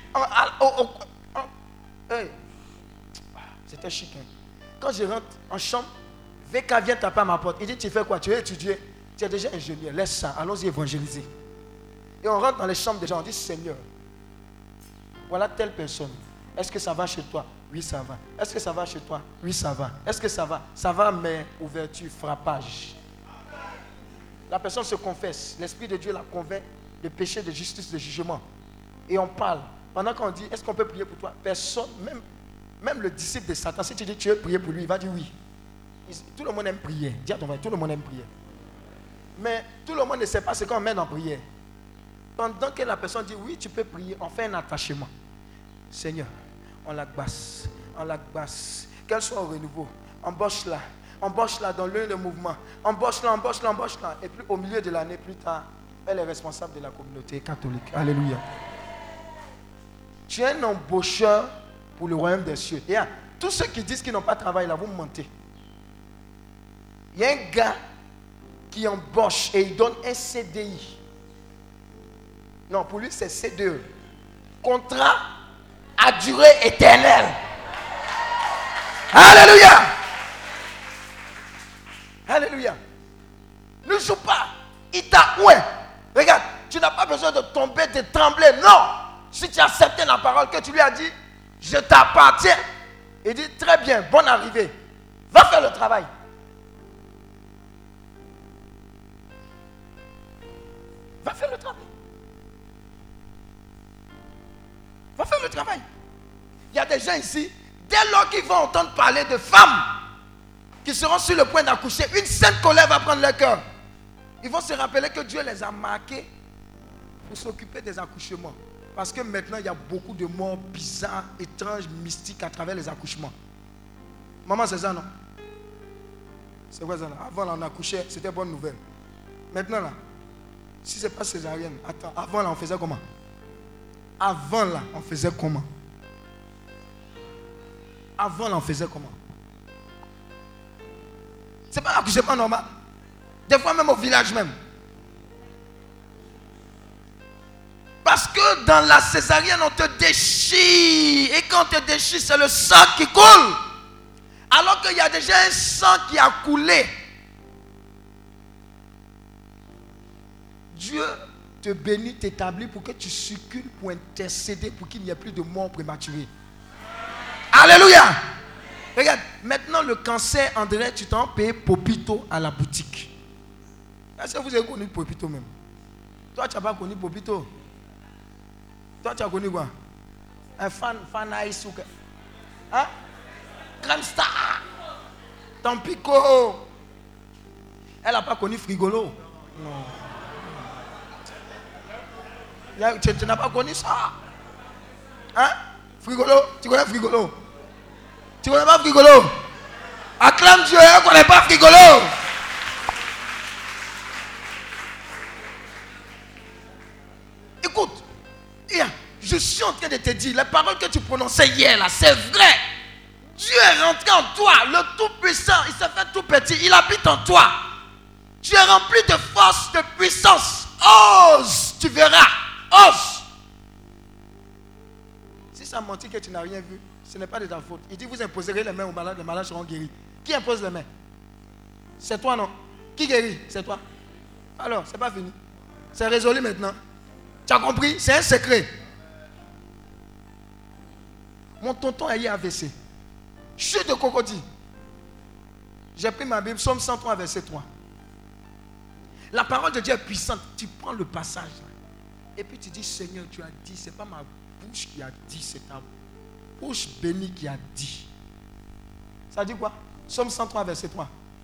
hey. C'était chic. Hein? Quand je rentre en chambre, VK vient taper à ma porte. Il dit, tu fais quoi? Tu veux étudier? Tu es déjà ingénieur. Laisse ça. Allons-y évangéliser. Et on rentre dans les chambres des gens. On dit, Seigneur, voilà telle personne. Est-ce que ça va chez toi? Oui, ça va. Est-ce que ça va chez toi? Oui, ça va. Est-ce que ça va? Ça va, mais ouverture, frappage. La personne se confesse. L'Esprit de Dieu la convainc de péché, de justice, de jugement. Et on parle. Pendant qu'on dit, est-ce qu'on peut prier pour toi? Personne, même le disciple de Satan, si tu dis tu veux prier pour lui, il va dire oui. Tout le monde aime prier. Dis à ton frère, tout le monde aime prier. Mais tout le monde ne sait pas ce qu'on mène en prière. Pendant que la personne dit oui, tu peux prier, on fait un attachement. Seigneur, on la basse, qu'elle soit au renouveau. Embauche-la dans l'un des mouvements. Embauche-la. Et puis au milieu de l'année, plus tard, elle est responsable de la communauté catholique. Alléluia. Tu es un embaucheur pour le royaume des cieux. Et tous ceux qui disent qu'ils n'ont pas de travail, là, vous mentez. Il y a un gars qui embauche et il donne un CDI. Non, pour lui, c'est CDE. Contrat à durée éternelle. Alléluia. Alléluia. Ne joue pas. Il t'a oué. Regarde, tu n'as pas besoin de tomber, de trembler. Non. Si tu as accepté la parole que tu lui as dit, je t'appartiens. Il dit, très bien, bonne arrivée. Va faire le travail. Va faire le travail. Va faire le travail. Il y a des gens ici, dès lors qu'ils vont entendre parler de femmes qui seront sur le point d'accoucher, une sainte colère va prendre leur cœur. Ils vont se rappeler que Dieu les a marqués pour s'occuper des accouchements. Parce que maintenant, il y a beaucoup de morts bizarres, étranges, mystiques à travers les accouchements. Maman, c'est ça, non? C'est quoi ça, là? Avant, là, on accouchait, c'était bonne nouvelle. Maintenant, là, si ce n'est pas césarienne, attends, avant, là, on faisait comment? Avant, là, on faisait comment? Avant, là, on faisait comment? C'est pas un accouchement normal. Des fois, même au village, même. Parce que dans la césarienne, on te déchire. Et quand on te déchire, c'est le sang qui coule. Alors qu'il y a déjà un sang qui a coulé. Dieu te bénit, t'établit pour que tu circules pour intercéder pour qu'il n'y ait plus de mort prématurée. Alléluia. Regarde, maintenant le cancer, André, tu t'en payes Popito à la boutique. Est-ce que vous avez connu Popito même? Toi, tu n'as pas connu Popito. Toi, tu as connu quoi? Un fan ice ou quoi? Hein? Crème Star. Tampico. Elle n'a pas connu Frigolo. Non. Tu n'as pas connu ça? Hein? Frigolo? Tu connais Frigolo? Tu connais pas Frigolo? Acclame Dieu, elle ne connaît pas Frigolo. Écoute, je suis en train de te dire, les paroles que tu prononçais hier là, c'est vrai. Dieu est rentré en toi, le Tout-Puissant, il s'est fait tout petit, il habite en toi. Tu es rempli de force, de puissance. Ose, tu verras. Ose. Si ça mentit que tu n'as rien vu, ce n'est pas de ta faute. Il dit, vous imposerez les mains aux malades, les malades seront guéris. Qui impose les mains? C'est toi, non? Qui guérit? C'est toi. Alors, c'est pas fini. C'est résolu maintenant. Tu as compris? C'est un secret. Mon tonton a eu AVC. Chute de crocodile. J'ai pris ma Bible, Psaume 103, verset 3. La parole de Dieu est puissante. Tu prends le passage là, et puis tu dis, Seigneur, tu as dit, ce n'est pas ma bouche qui a dit, c'est ta bouche bénie qui a dit. Ça dit quoi? Psaume 103, verset 3.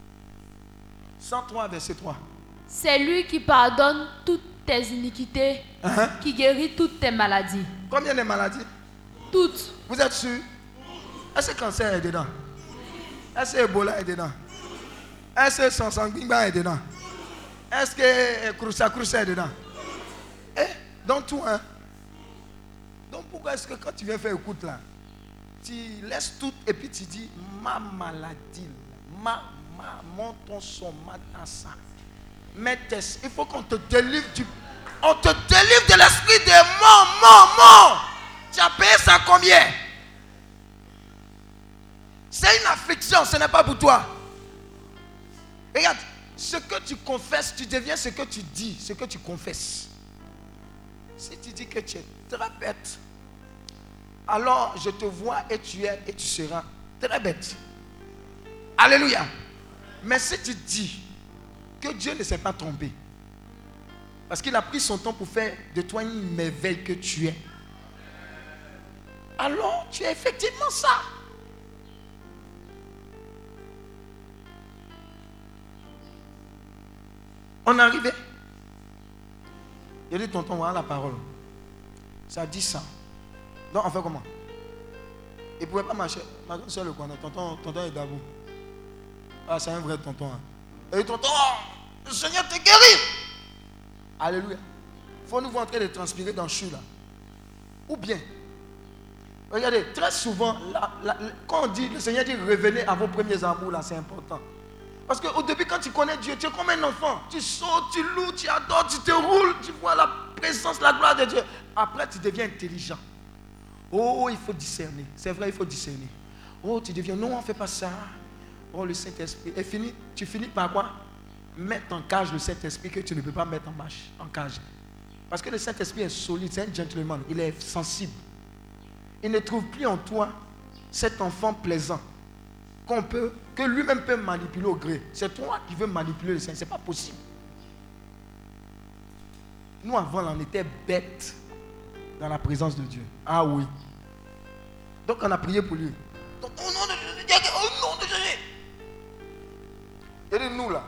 103, verset 3. C'est lui qui pardonne toutes tes iniquités, qui guérit toutes tes maladies. Combien de maladies? Toutes. Vous êtes sûr? Est-ce que le cancer est dedans? Est-ce que Ebola est dedans? Est-ce que son sanguin est dedans? Est-ce que Croussa est dedans? Dans tout, hein? Donc pourquoi est-ce que quand tu viens faire écoute là, tu laisses tout et puis tu dis ma maladie, mon ton son, ma tassa, mes tests, il faut qu'on te délivre on te délivre de l'esprit des morts. Tu as payé ça combien? C'est une affliction, ce n'est pas pour toi. Regarde, ce que tu confesses, tu deviens ce que tu dis, ce que tu confesses. Si tu dis que tu es très bête, alors je te vois et tu es et tu seras très bête. Alléluia. Mais si tu dis que Dieu ne s'est pas trompé, parce qu'il a pris son temps pour faire de toi une merveille que tu es, alors tu es effectivement ça. On est arrivé. Il dit, tonton, voilà la parole. Ça dit ça. Donc, on fait comment? Il ne pouvait pas marcher. Ma grande soeur le connaît. Tonton est d'abord. Ah, c'est un vrai tonton. Hein. Et tonton, le Seigneur te guérit. Alléluia. Il faut nous voir en train de transpirer dans le chou là. Ou bien, regardez, très souvent, quand on dit, le Seigneur dit revenez à vos premiers amours là, c'est important. Parce qu'au début, quand tu connais Dieu, tu es comme un enfant. Tu sautes, tu loues, tu adores, tu te roules, tu vois la présence, la gloire de Dieu. Après, tu deviens intelligent. Oh, il faut discerner. C'est vrai, il faut discerner. Oh, tu deviens, non, on ne fait pas ça. Oh, le Saint-Esprit. Et tu finis par quoi? Mettre en cage le Saint-Esprit que tu ne peux pas mettre en marche, en cage. Parce que le Saint-Esprit est solide, c'est un gentleman, il est sensible. Il ne trouve plus en toi cet enfant plaisant que lui-même peut manipuler au gré. C'est toi qui veux manipuler le Saint, ce n'est pas possible. Nous avant, on était bêtes dans la présence de Dieu. Ah oui. Donc on a prié pour lui. Donc au nom de Jésus, au nom de Jésus. Il dit nous là.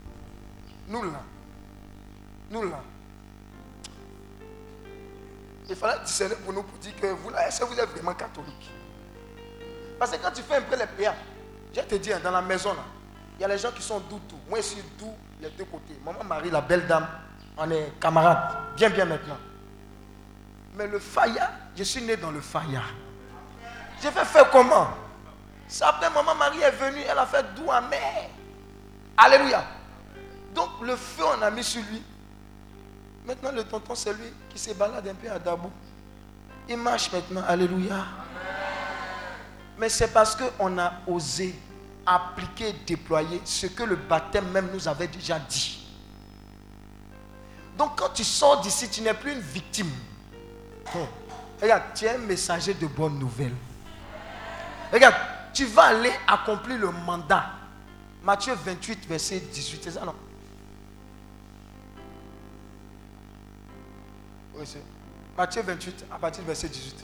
Il fallait discerner pour nous pour dire que vous là, est-ce que vous êtes vraiment catholique? Parce que quand tu fais un peu les prières, je te dis, dans la maison là, il y a les gens qui sont doux tout. Moi je suis doux les deux côtés. Maman Marie, la belle dame, on est camarades. Bien maintenant. Mais le faya, je suis né dans le faya. Je vais faire comment? Ça après maman Marie est venue, elle a fait doux amer. Alléluia. Donc le feu on a mis sur lui. Maintenant le tonton c'est lui qui se balade un peu à Dabou. Il marche maintenant, alléluia. Mais c'est parce qu'on a osé appliquer, déployer ce que le baptême même nous avait déjà dit. Donc quand tu sors d'ici, tu n'es plus une victime. Regarde, tu es un messager de bonnes nouvelles. Regarde, tu vas aller accomplir le mandat. Matthieu 28, verset 18, c'est ça non? Oui, c'est Matthieu 28, à partir du verset 18.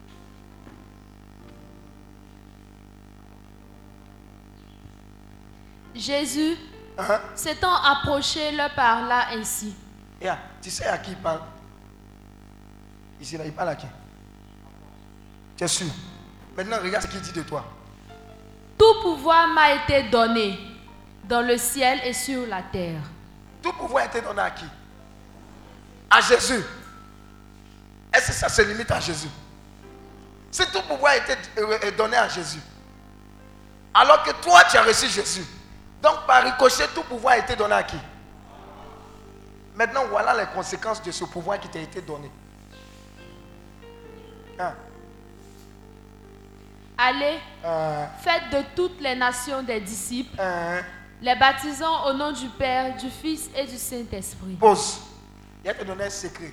Jésus, s'étant approché, leur parla ainsi. Yeah. Tu sais à qui il parle? Ici, là, il parle à qui? Tu es sûr? Maintenant, regarde ce qu'il dit de toi. Tout pouvoir m'a été donné dans le ciel et sur la terre. Tout pouvoir a été donné à qui? À Jésus. Est-ce que ça se limite à Jésus? Si tout pouvoir a été donné à Jésus, alors que toi tu as reçu Jésus, donc par ricochet tout pouvoir a été donné à qui? Maintenant voilà les conséquences de ce pouvoir qui t'a été donné. Allez, faites de toutes les nations des disciples, les baptisant au nom du Père, du Fils et du Saint-Esprit. Pause. Il va te donner un secret.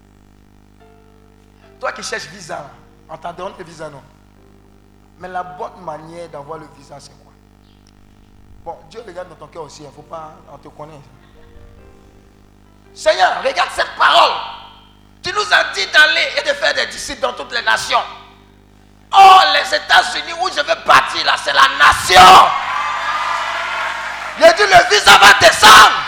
Toi qui cherches visa, on t'a donné le visa, non? Mais la bonne manière d'avoir le visa, c'est quoi? Bon, Dieu regarde dans ton cœur aussi, il ne faut pas, on te connaît. Seigneur, regarde cette parole. Tu nous as dit d'aller et de faire des disciples dans toutes les nations. Oh, les États-Unis où je veux partir là, c'est la nation. J'ai dit le visa va descendre.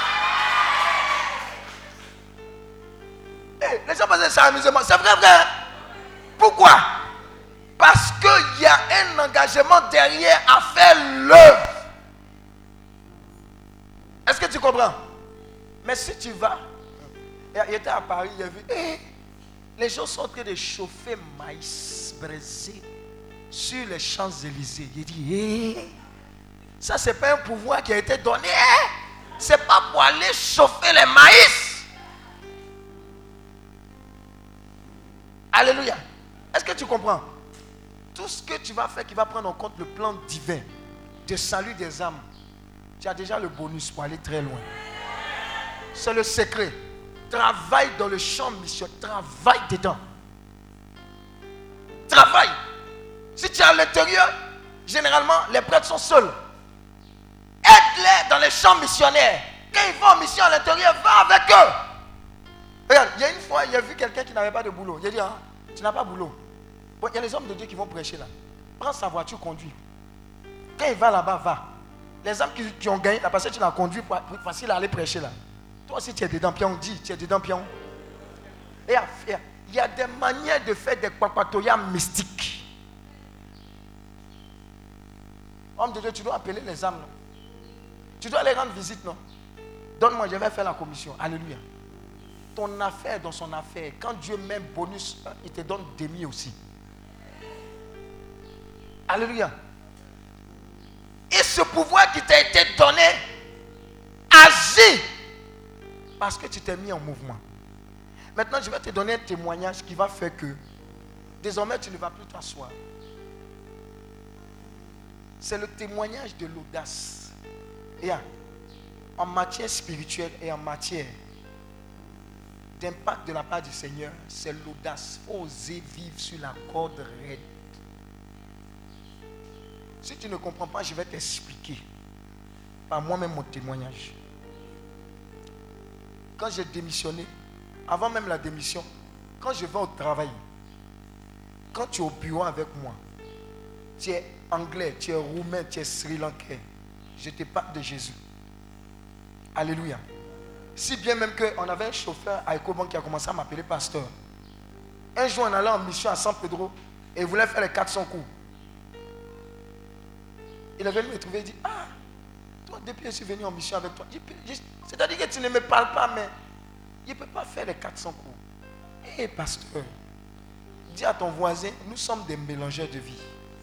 Hey, les gens pensent ça amusement. C'est vrai, vrai. Pourquoi? Parce qu'il y a un engagement derrière à faire l'œuvre. Est-ce que tu comprends? Mais si tu vas, il était à Paris, il a vu, les gens sont en train de chauffer maïs braisé sur les Champs-Élysées. Il dit, ça c'est pas un pouvoir qui a été donné. C'est pas pour aller chauffer les maïs. Alléluia. Est-ce que tu comprends? Tout ce que tu vas faire qui va prendre en compte le plan divin de salut des âmes, tu as déjà le bonus pour aller très loin. C'est le secret. Travaille dans le champ missionnaire. Travaille dedans. Travaille. Si tu es à l'intérieur, généralement, les prêtres sont seuls. Aide-les dans les champs missionnaires. Quand ils vont en mission à l'intérieur, va avec eux. Regarde, il y a une fois, il a vu quelqu'un qui n'avait pas de boulot. Il a dit, tu n'as pas de boulot. Bon, il y a les hommes de Dieu qui vont prêcher là. Prends sa voiture, conduis. Quand il va là-bas, va. Les hommes qui ont gagné, parce que tu l'as conduit pour facile à aller prêcher là. Toi aussi, tu es dedans, pion. Dis, tu es dedans, pion. Et il y a des manières de faire des papatoyas mystiques. Homme de Dieu, tu dois appeler les âmes, non? Tu dois aller rendre visite, non? Donne-moi, je vais faire la commission. Alléluia. Ton affaire dans son affaire. Quand Dieu met bonus, il te donne demi aussi. Alléluia. Et ce pouvoir qui t'a été donné, agit parce que tu t'es mis en mouvement. Maintenant, je vais te donner un témoignage qui va faire que désormais, tu ne vas plus t'asseoir. C'est le témoignage de l'audace. Et en matière spirituelle et en matière d'impact de la part du Seigneur, c'est l'audace. Il faut oser vivre sur la corde raide. Si tu ne comprends pas, je vais t'expliquer par moi-même mon témoignage. Quand j'ai démissionné, avant même la démission, quand je vais au travail, quand tu es au bureau avec moi, tu es anglais, tu es roumain, tu es sri-lankais, je te parle de Jésus. Alléluia. Si bien même qu'on avait un chauffeur à Ecobank qui a commencé à m'appeler pasteur. Un jour, on allait en mission à San Pedro et il voulait faire les 400 coups. Il est venu me trouver et dit, ah, toi, depuis que je suis venu en mission avec toi, c'est-à-dire que tu ne me parles pas, mais il ne peut pas faire les 400 coups. Hé, pasteur, dis à ton voisin, nous sommes des mélangeurs de vie.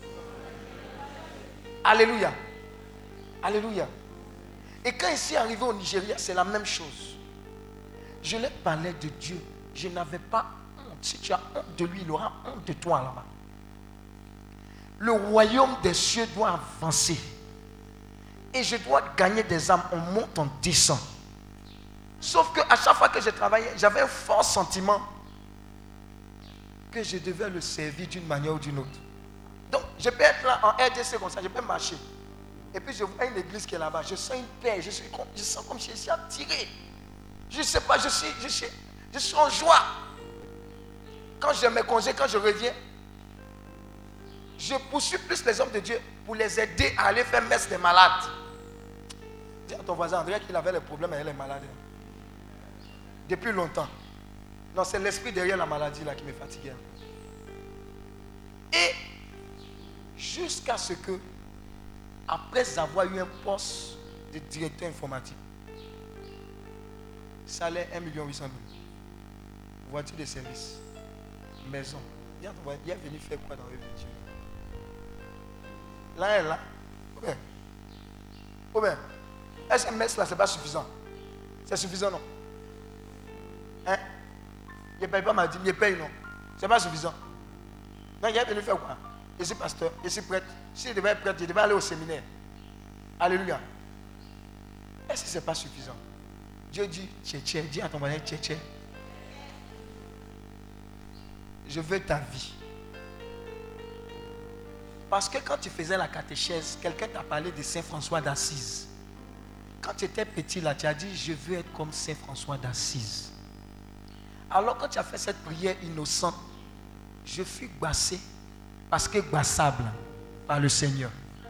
Alléluia. Alléluia. Et quand il s'est arrivé au Nigeria, c'est la même chose. Je lui parlais de Dieu. Je n'avais pas honte. Si tu as honte de lui, il aura honte de toi là-bas. Le royaume des cieux doit avancer. Et je dois gagner des âmes. On monte, on descend. Sauf qu'à chaque fois que je travaillais, j'avais un fort sentiment que je devais le servir d'une manière ou d'une autre. Donc, je peux être là en RDC comme ça, je peux marcher. Et puis, je vois une église qui est là-bas. Je sens une paix. Je sens comme si je suis attiré. Je ne sais pas, je suis en joie. Quand je me congé, quand je reviens, je poursuis plus les hommes de Dieu pour les aider à aller faire messe des malades. Dis à ton voisin, André, qu'il avait les problèmes avec les malades. Depuis longtemps. Non, c'est l'esprit derrière la maladie là qui me fatiguait. Et jusqu'à ce que, après avoir eu un poste de directeur informatique, salaire 1 800 000, voiture de service, maison. Il est venu faire quoi dans le métier? Là, elle est là. Ou bien, SMS là, c'est pas suffisant. C'est suffisant, non? Hein? Il ne paye pas ma dîme, il paye, non? C'est pas suffisant. Non, il est venu faire quoi? Je suis pasteur, je suis prêtre. Si je devais être prêtre, je devais aller au séminaire. Alléluia. Est-ce que ce n'est pas suffisant? Dieu dit, tché, dis à ton voisin, tché. Je veux ta vie. Parce que quand tu faisais la catéchèse, quelqu'un t'a parlé de Saint François d'Assise. Quand tu étais petit là, tu as dit, je veux être comme Saint François d'Assise. Alors quand tu as fait cette prière innocente, je fus gbassé, parce que gbassable par le Seigneur.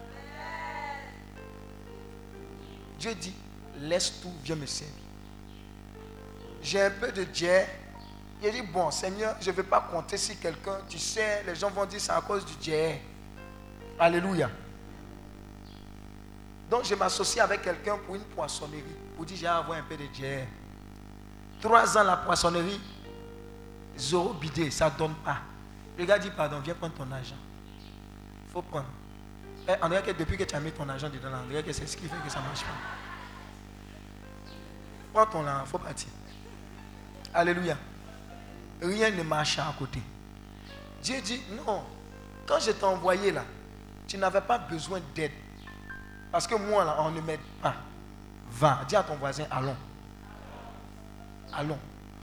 Dieu dit, laisse tout, viens me servir. J'ai un peu de dière. Il dit, bon Seigneur, je ne vais pas compter si quelqu'un, tu sais, les gens vont dire c'est à cause du dière. Alléluia. Donc je m'associe avec quelqu'un pour une poissonnerie, pour dire j'ai avoir un peu de dière. 3 ans la poissonnerie, 0 bidé, ça ne donne pas. Le gars dit, pardon, viens prendre ton argent. Il faut prendre. On dirait que depuis que tu as mis ton argent dedans, on dirait que c'est ce qui fait que ça ne marche pas. Prends ton argent, il faut partir. Alléluia. Rien ne marche à côté. Dieu dit, non, quand je t'ai envoyé là, tu n'avais pas besoin d'aide. Parce que moi là, on ne m'aide pas. Va, dis à ton voisin, allons. Allons.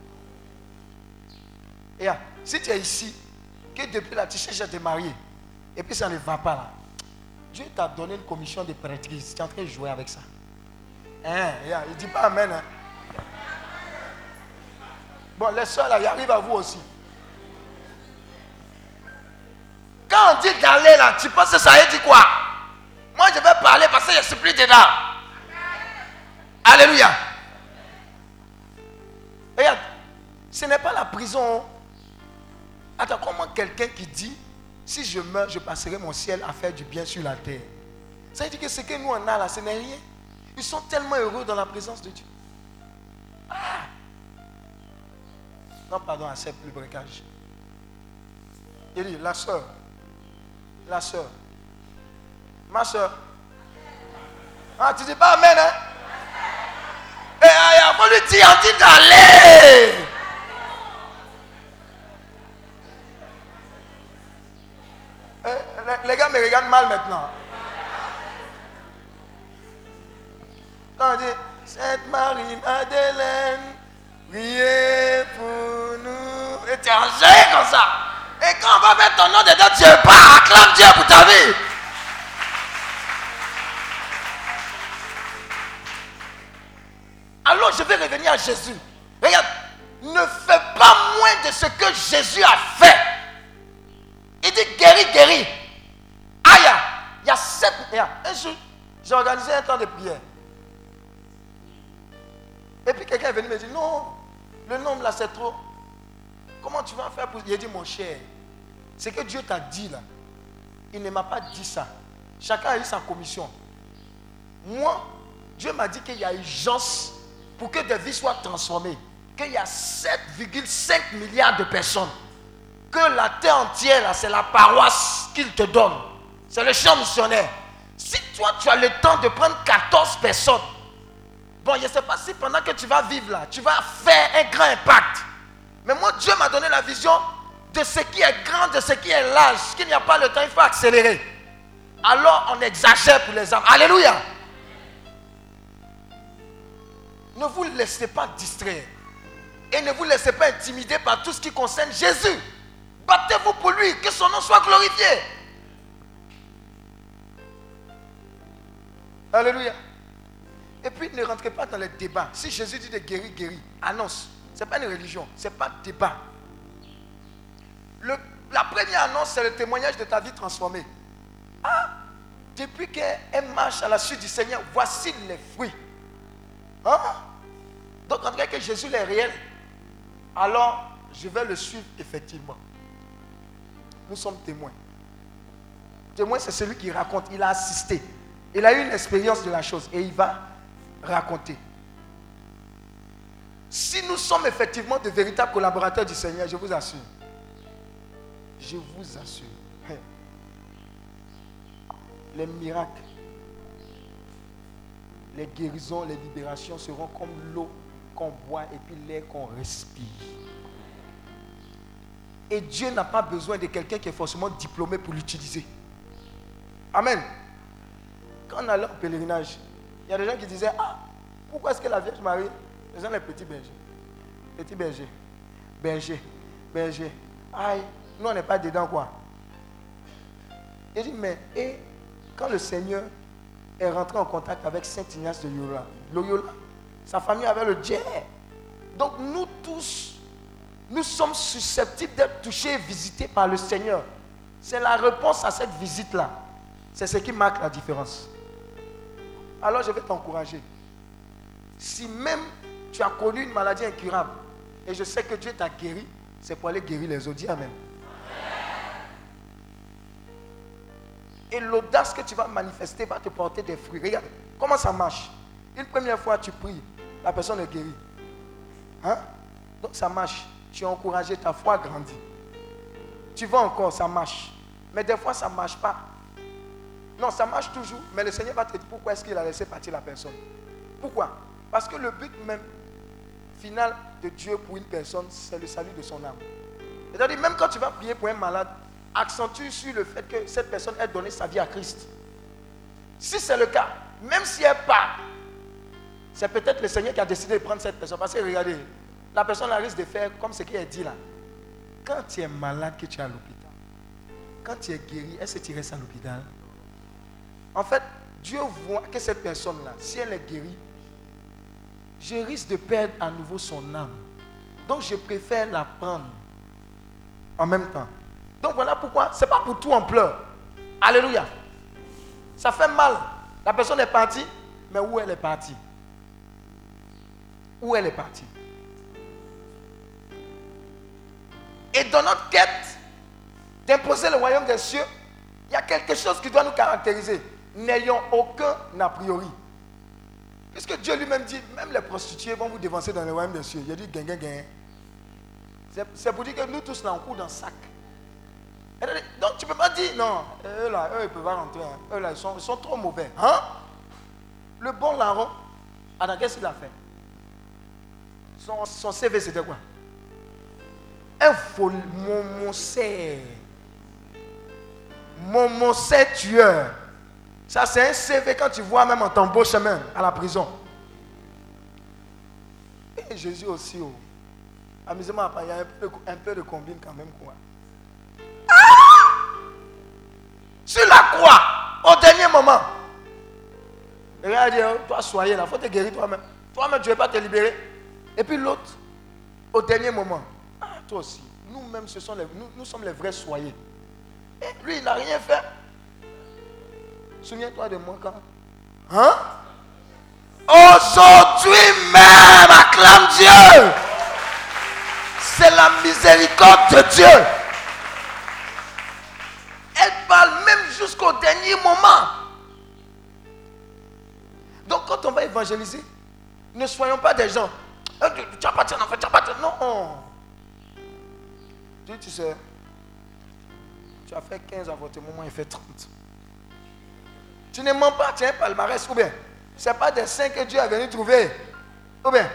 Et si tu es ici, que depuis là, tu cherches à te marier, et puis ça ne va pas là, Dieu t'a donné une commission de prêtrise. Tu es en train de jouer avec ça. Il ne dit pas amen. Hein? Bon, les soeurs là, ils arrivent à vous aussi. Quand on dit d'aller là, tu penses que ça veut dire quoi? Moi je vais parler parce que je suis plus dedans. Alléluia. Ce n'est pas la prison. Attends, comment quelqu'un qui dit, si je meurs, je passerai mon ciel à faire du bien sur la terre. Ça veut dire que ce que nous on a là, ce n'est rien. Ils sont tellement heureux dans la présence de Dieu. Ah! Non, pardon, accepte le breakage. Il dit, la soeur, ma soeur. Ah, tu dis pas amen, hein? Et il faut lui dire, on dit d'aller. Les gars me regardent mal maintenant. Quand on dit, Sainte Marie-Madeleine, priez pour nous. Et tu es enjaillé comme ça. Et quand on va mettre ton nom dedans, Dieu part, acclame Dieu pour ta vie. Alors je vais revenir à Jésus. Regarde, ne fais pas moins de ce que Jésus a fait. Il dit guéris. Aïe, il y a 7. Un jour, j'ai organisé un temps de prière. Et puis quelqu'un est venu me dire, non, le nombre là c'est trop. Comment tu vas faire pour... Il a dit, mon cher, c'est que Dieu t'a dit là. Il ne m'a pas dit ça. Chacun a eu sa commission. Moi, Dieu m'a dit qu'il y a urgence pour que des vies soient transformées. Qu'il y a 7,5 milliards de personnes. Que la terre entière là, c'est la paroisse qu'il te donne. C'est le champ missionnaire. Si toi tu as le temps de prendre 14 personnes, bon, je ne sais pas si pendant que tu vas vivre là, tu vas faire un grand impact. Mais moi, Dieu m'a donné la vision de ce qui est grand, de ce qui est large. Qu'il n'y a pas le temps, il faut accélérer. Alors, on exagère pour les âmes. Alléluia. Ne vous laissez pas distraire. Et ne vous laissez pas intimider par tout ce qui concerne Jésus. Battez-vous pour lui, que son nom soit glorifié. Alléluia. Et puis ne rentrez pas dans les débats. Si Jésus dit de guérir, guéris. Annonce. Ce n'est pas une religion. Ce n'est pas un débat. La première annonce, c'est le témoignage de ta vie transformée. Ah, depuis qu'elle marche à la suite du Seigneur, voici les fruits. Hein? Donc, on dirait que Jésus est réel. Alors, je vais le suivre effectivement. Nous sommes témoins. Témoin, c'est celui qui raconte. Il a assisté. Il a eu une expérience de la chose et il va raconter. Si nous sommes effectivement de véritables collaborateurs du Seigneur, je vous assure. Je vous assure. Les miracles, les guérisons, les libérations seront comme l'eau qu'on boit et puis l'air qu'on respire. Et Dieu n'a pas besoin de quelqu'un qui est forcément diplômé pour l'utiliser. Amen. Quand on allait au pèlerinage, il y a des gens qui disaient, ah, pourquoi est-ce que la Vierge Marie, les gens les petits bergers, aïe, nous on n'est pas dedans quoi. Il dit, mais et quand le Seigneur est rentré en contact avec Saint Ignace de Loyola, sa famille avait le dieu. Donc nous tous, nous sommes susceptibles d'être touchés et visités par le Seigneur. C'est la réponse à cette visite-là. C'est ce qui marque la différence. Alors je vais t'encourager. Si même tu as connu une maladie incurable et je sais que Dieu t'a guéri, c'est pour aller guérir les autres. Dis amen. Et l'audace que tu vas manifester va te porter des fruits. Regarde, comment ça marche. Une première fois, tu pries, la personne est guérie. Hein? Donc ça marche. Tu es encouragé, ta foi grandit. Tu vas encore, ça marche. Mais des fois, ça ne marche pas. Non, ça marche toujours, mais le Seigneur va te dire pourquoi est-ce qu'il a laissé partir la personne. Pourquoi? Parce que le but même final de Dieu pour une personne, c'est le salut de son âme. C'est-à-dire, même quand tu vas prier pour un malade, accentue sur le fait que cette personne ait donné sa vie à Christ. Si c'est le cas, même si elle part, c'est peut-être le Seigneur qui a décidé de prendre cette personne. Parce que regardez, la personne risque de faire comme ce qu'il a dit là. Quand tu es malade, que tu es à l'hôpital, quand tu es guéri, est-ce que tu restes à l'hôpital? En fait, Dieu voit que cette personne-là, si elle est guérie, je risque de perdre à nouveau son âme. Donc je préfère la prendre en même temps. Donc voilà pourquoi, ce n'est pas pour tout en pleurs. Alléluia. Ça fait mal. La personne est partie, mais où elle est partie? Où elle est partie? Et dans notre quête d'imposer le royaume des cieux, il y a quelque chose qui doit nous caractériser. N'ayons aucun a priori. Puisque Dieu lui-même dit, même les prostituées vont vous dévancer dans le royaume des cieux. Il a dit, gain, gain, gain. C'est pour dire que nous tous là, on court dans le sac. Donc tu ne peux pas dire, non, eux là, eux ils ne peuvent pas rentrer. Hein. Eux là, ils sont trop mauvais. Hein? Le bon larron, alors qu'est-ce qu'il a fait? Son CV c'était quoi? Un vol, momoncé tueur. Ça c'est un CV quand tu vois même en ton beau chemin à la prison. Et Jésus aussi. Oh. Amusez-moi, il y a un peu de combine quand même quoi. Sur la croix, au dernier moment. Et il a dit, oh, toi soyez là, il faut te guérir toi-même. Toi-même tu ne veux pas te libérer. Et puis l'autre, au dernier moment, ah, toi aussi, nous-mêmes, nous sommes les vrais soyez. Et lui, il n'a rien fait. Souviens-toi de moi quand. Hein? Aujourd'hui même, acclame Dieu. C'est la miséricorde de Dieu. Elle parle même jusqu'au dernier moment. Donc quand on va évangéliser, ne soyons pas des gens. Tu n'as pas dit en fait, tu n'as pas dit. Non. Tu sais, tu as fait 15 avortements, il fait 30. Tu ne mens pas, tu as un palmarès. Ou bien, ce n'est pas des saints que Dieu a venu trouver. Ou bien,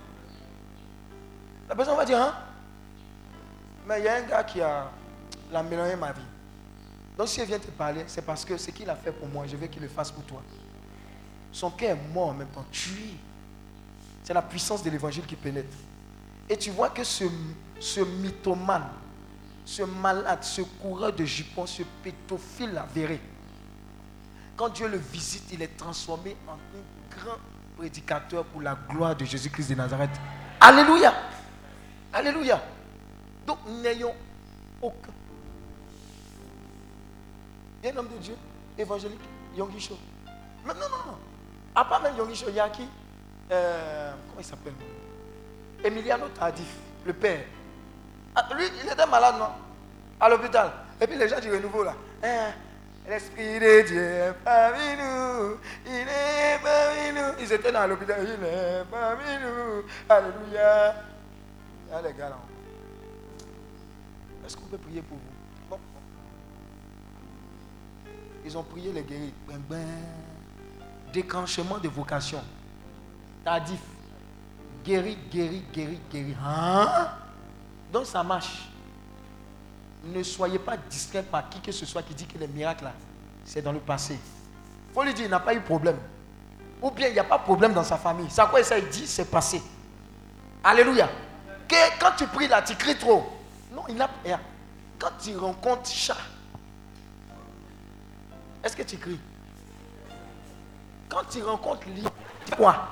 la personne va dire, hein? Mais il y a un gars qui a mélangé ma vie. Donc si elle vient te parler, c'est parce que ce qu'il a fait pour moi, je veux qu'il le fasse pour toi. Son cœur est mort en même temps, tué. C'est la puissance de l'évangile qui pénètre. Et tu vois que ce mythomane, ce malade, ce coureur de jupons, ce pédophile avéré, quand Dieu le visite, il est transformé en un grand prédicateur pour la gloire de Jésus-Christ de Nazareth. Alléluia. Alléluia. Donc n'ayons aucun. Il y a un homme de Dieu, évangélique, Yonggi Cho. Mais non. À part même Yonggi Cho, il y a qui? Comment il s'appelle? Emiliano Tardif, le père. Ah, lui, il était malade, non? À l'hôpital. Et puis les gens du renouveau là. L'Esprit de Dieu est parmi nous. Il est parmi nous. Ils étaient dans l'hôpital. Il est parmi nous. Alléluia. Il y a les gars là. Est-ce qu'on peut prier pour vous? Bon. Ils ont prié les guéris. Déclenchement de vocation. Tardif. Guéri. Hein? Donc ça marche. Ne soyez pas distrait par qui que ce soit qui dit que les miracles là, c'est dans le passé. Il faut lui dire, il n'a pas eu de problème. Ou bien il n'y a pas de problème dans sa famille. C'est à quoi ça il dit, c'est passé. Alléluia. Que, quand tu pries là, tu cries trop. Non, il n'a pas. Quand tu rencontres chat, est-ce que tu cries? Quand tu rencontres lion, tu fais quoi?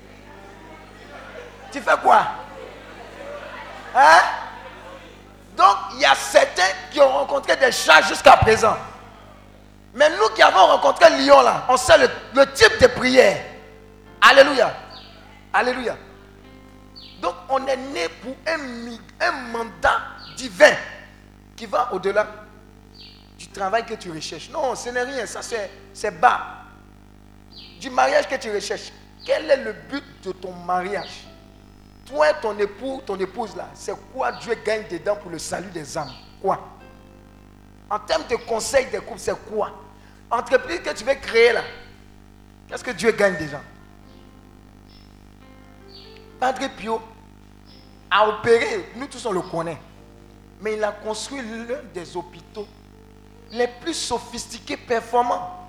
Tu fais quoi? Hein? Donc, il y a certains qui ont rencontré des chats jusqu'à présent. Mais nous qui avons rencontré le lion là, on sait le type de prière. Alléluia. Alléluia. Donc, on est né pour un mandat divin qui va au-delà du travail que tu recherches. Non, ce n'est rien, ça c'est bas. Du mariage que tu recherches. Quel est le but de ton mariage? Toi, ton époux, ton épouse là, c'est quoi Dieu gagne dedans pour le salut des âmes? Quoi? En termes de conseil des couples, c'est quoi? Entreprise que tu veux créer là, qu'est-ce que Dieu gagne déjà? Padre Pio a opéré, nous tous on le connaît, mais il a construit l'un des hôpitaux les plus sophistiqués, performants.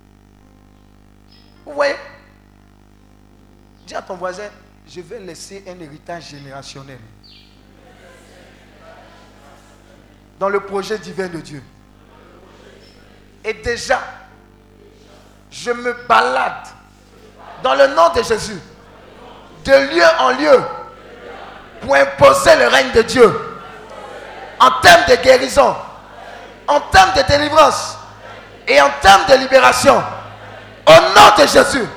Vous voyez? Dis à ton voisin, je vais laisser un héritage générationnel dans le projet divin de Dieu. Et déjà, je me balade dans le nom de Jésus, de lieu en lieu, pour imposer le règne de Dieu en termes de guérison, en termes de délivrance et en termes de libération. Au nom de Jésus.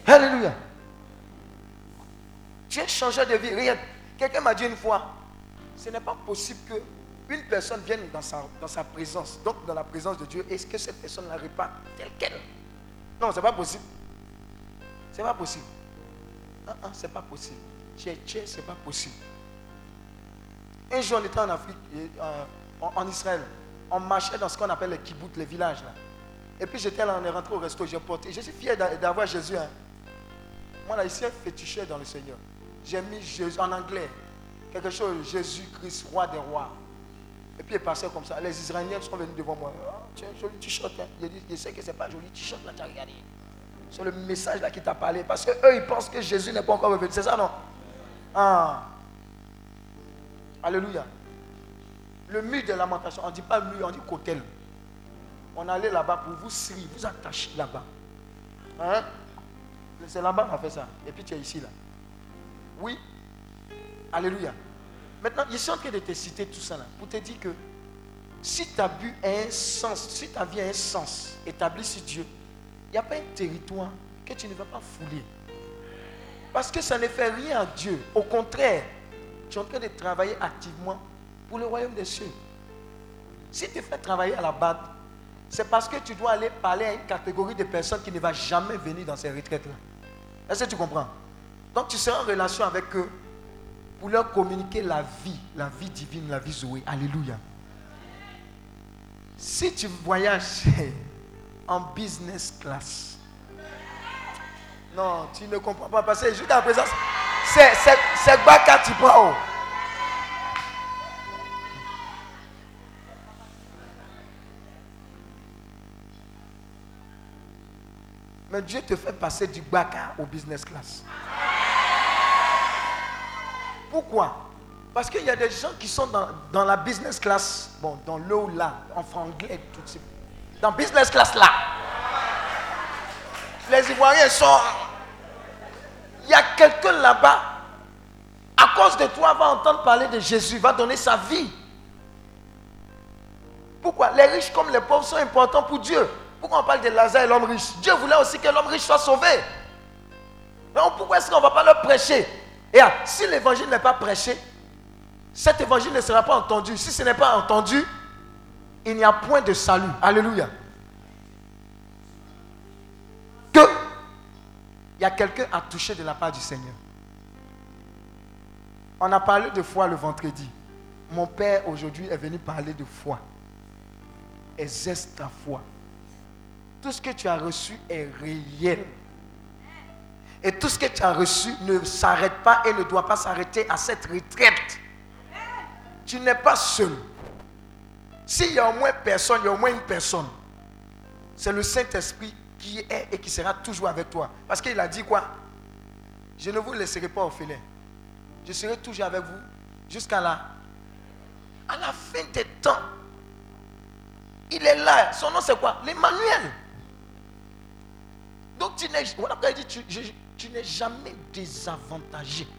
Alléluia. Tu es changeur de vie. Regarde, quelqu'un m'a dit une fois, ce n'est pas possible qu'une personne vienne dans sa présence, donc dans la présence de Dieu, et que cette personne n'arrive pas telle qu'elle. Non, ce n'est pas possible. Ce n'est pas possible. C'est pas possible. C'est pas possible. Un jour, on était en Afrique, en Israël. On marchait dans ce qu'on appelle les kibbutz, les villages là. Et puis on est rentré au resto, j'ai porté. Je suis fier d'avoir Jésus. Hein. Moi là, ici, un féticheur dans le Seigneur. J'ai mis Jésus en anglais. Quelque chose, Jésus-Christ, roi des rois. Et puis il est passé comme ça. Les Israéliens sont venus devant moi. Oh, tiens, joli t-shirt. Hein. J'ai dit, je sais que ce n'est pas joli t-shirt là, tu as regardé. C'est le message là qui t'a parlé. Parce qu'eux, ils pensent que Jésus n'est pas encore revenu. C'est ça, non? Alléluia. Le mur de lamentation, on ne dit pas mur, on dit cotel. On allait là-bas pour vous serrer, vous attacher là-bas. Hein? C'est là-bas qu'on a fait ça. Et puis tu es ici là. Oui. Alléluia. Maintenant, je suis en train de te citer tout ça là pour te dire que si ta vie a un sens, si ta vie a un sens établi sur Dieu, il n'y a pas un territoire que tu ne vas pas fouler. Parce que ça ne fait rien à Dieu. Au contraire, tu es en train de travailler activement pour le royaume des cieux. Si tu fais travailler à la BAD, c'est parce que tu dois aller parler à une catégorie de personnes qui ne va jamais venir dans ces retraites-là. Est-ce que tu comprends? Donc tu seras en relation avec eux pour leur communiquer la vie divine, la vie Zoé. Alléluia. Si tu voyages en business class, non, tu ne comprends pas parce que jusqu'à présent, c'est quoi quand tu prends? Mais Dieu te fait passer du baka au business class. Pourquoi? Parce qu'il y a des gens qui sont dans la business class, bon, dans l'eau là, en franglais, tout de suite. Dans business class là. Les Ivoiriens sont. Il y a quelqu'un là-bas, à cause de toi, va entendre parler de Jésus, va donner sa vie. Pourquoi? Les riches comme les pauvres sont importants pour Dieu. Pourquoi on parle de Lazare et l'homme riche? Dieu voulait aussi que l'homme riche soit sauvé. Donc pourquoi est-ce qu'on ne va pas leur prêcher? Et si l'évangile n'est pas prêché, cet évangile ne sera pas entendu. Si ce n'est pas entendu, il n'y a point de salut. Alléluia. Que il y a quelqu'un à toucher de la part du Seigneur. On a parlé de foi le vendredi. Mon père aujourd'hui est venu parler de foi. Exerce ta foi. Tout ce que tu as reçu est réel. Et tout ce que tu as reçu ne s'arrête pas et ne doit pas s'arrêter à cette retraite. Tu n'es pas seul. S'il y a au moins personne, il y a au moins une personne. C'est le Saint-Esprit qui est et qui sera toujours avec toi. Parce qu'il a dit quoi? Je ne vous laisserai pas orphelin. Je serai toujours avec vous jusqu'à la fin des temps. Il est là. Son nom c'est quoi? L'Emmanuel. Donc tu n'es jamais désavantagé.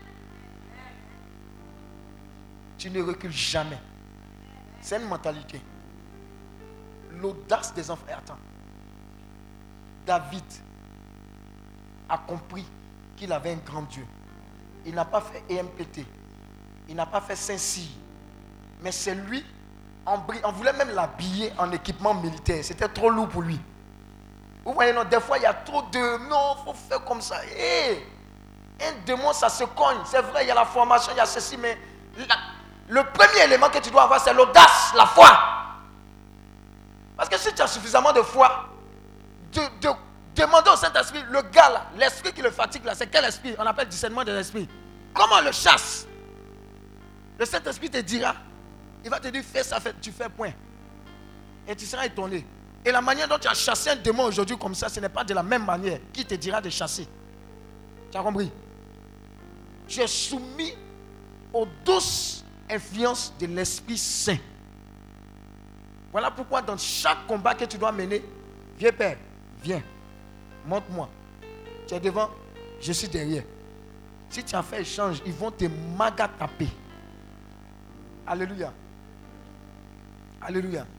Tu ne recules jamais. C'est une mentalité. L'audace des enfants. Attends. David a compris qu'il avait un grand Dieu. Il n'a pas fait EMPT. Il n'a pas fait Saint-Cyr. Mais c'est lui, on voulait même l'habiller en équipement militaire. C'était trop lourd pour lui. Vous voyez, non, des fois, il y a trop de... Non, il faut faire comme ça. Un démon, ça se cogne. C'est vrai, il y a la formation, il y a ceci, mais le premier élément que tu dois avoir, c'est l'audace, la foi. Parce que si tu as suffisamment de foi, demander au Saint-Esprit, le gars là, l'esprit qui le fatigue là, c'est quel esprit? On appelle discernement de l'esprit. Comment on le chasse? Le Saint-Esprit te dira, il va te dire, fais ça, tu fais point. Et tu seras étonné. Et la manière dont tu as chassé un démon aujourd'hui comme ça, ce n'est pas de la même manière qu'il te dira de chasser. Tu as compris? Tu es soumis aux douces influences de l'Esprit Saint. Voilà pourquoi dans chaque combat que tu dois mener, viens Père, viens, montre-moi. Tu es devant, je suis derrière. Si tu as fait échange, ils vont te magataper. Alléluia. Alléluia.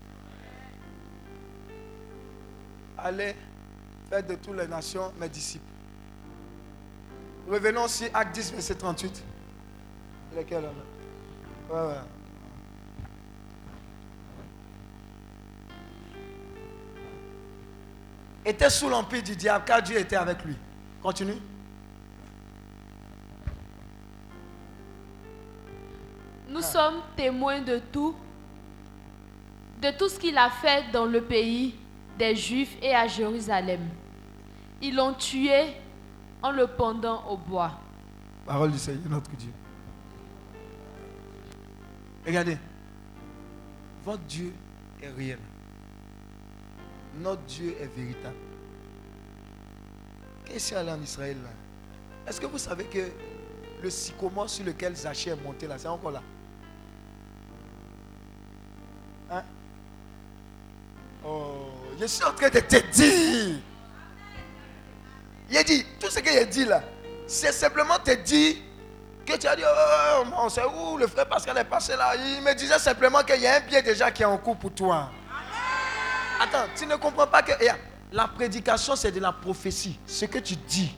Allez faire de toutes les nations mes disciples. Revenons aussi Actes 10, verset 38. Lequel là? Ouais. Était sous l'empire du diable car Dieu était avec lui. Continue. Nous sommes témoins de tout ce qu'il a fait dans le pays des Juifs et à Jérusalem. Ils l'ont tué en le pendant au bois. Parole du Seigneur notre Dieu. Regardez, votre Dieu est réel. Notre Dieu est véritable. Qu'est-ce qu'il y a en Israël là? Est-ce que vous savez que le sycomore sur lequel Zachée est monté là, c'est encore là? Hein? Oh, je suis en train de te dire. Il a dit, tout ce qu'il a dit là, c'est simplement te dire que tu as dit, oh, on sait où le frère Pascal est passé là. Il me disait simplement qu'il y a un pied déjà qui est en cours pour toi. Attends, tu ne comprends pas que la prédication c'est de la prophétie. Ce que tu dis.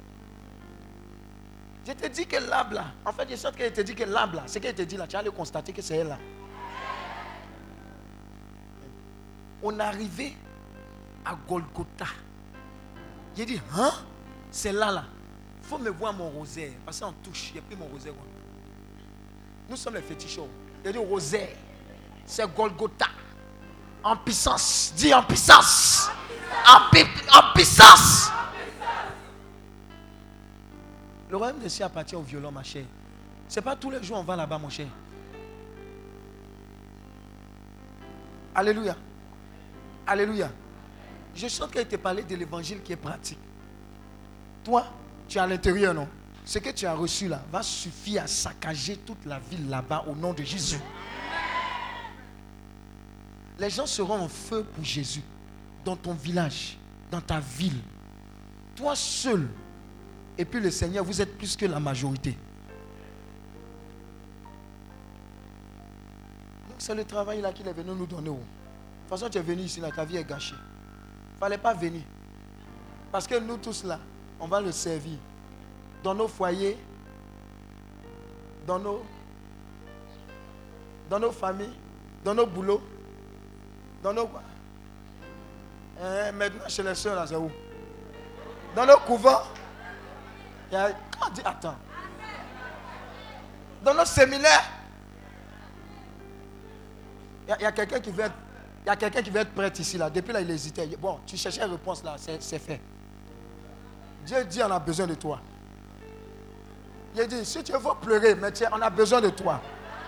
Je te dis que l'arbre là, en fait, je sens qu'elle te dit que l'arbre là, ce qu'elle te dit là, tu vas le constater que c'est elle là. On est arrivé à Golgotha. J'ai dit, hein? C'est là là. Il faut me voir mon rosaire. Parce qu'on touche, j'ai pris mon rosaire. Nous sommes les féticheurs. J'ai dit rosaire. C'est Golgotha. En puissance. Dis en puissance. En puissance. Le royaume des cieux appartient aux violents, ma chère. Ce n'est pas tous les jours on va là-bas, mon cher. Alléluia. Alléluia. Je sens qu'elle te parlait de l'évangile qui est pratique. Toi, tu es à l'intérieur, non? Ce que tu as reçu là va suffire à saccager toute la ville là-bas au nom de Jésus. Les gens seront en feu pour Jésus. Dans ton village, dans ta ville. Toi seul. Et puis le Seigneur, vous êtes plus que la majorité. Donc c'est le travail là qu'il est venu nous donner. De toute façon, tu es venu ici, là, ta vie est gâchée. Il ne fallait pas venir. Parce que nous tous là, on va le servir. Dans nos foyers, dans nos familles, dans nos boulots, dans nos... maintenant, chez les soeurs, là, c'est où? Dans nos couvents. Attends. Dans nos séminaires. Il y a quelqu'un qui veut être... Il y a quelqu'un qui veut être prêt ici, là. Depuis là, il hésitait. Bon, tu cherchais une réponse là, c'est fait. Dieu dit, on a besoin de toi. Il a dit, si tu veux pleurer, mais on a besoin de toi.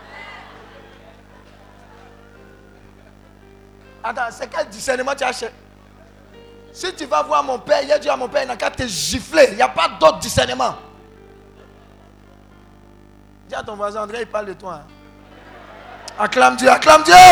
Attends, c'est quel discernement tu as cherché? Si tu vas voir mon père, il a dit à mon père, il n'a qu'à te gifler. Il n'y a pas d'autre discernement. Dis à ton voisin, André, il parle de toi. Hein. Acclame Dieu, acclame Dieu.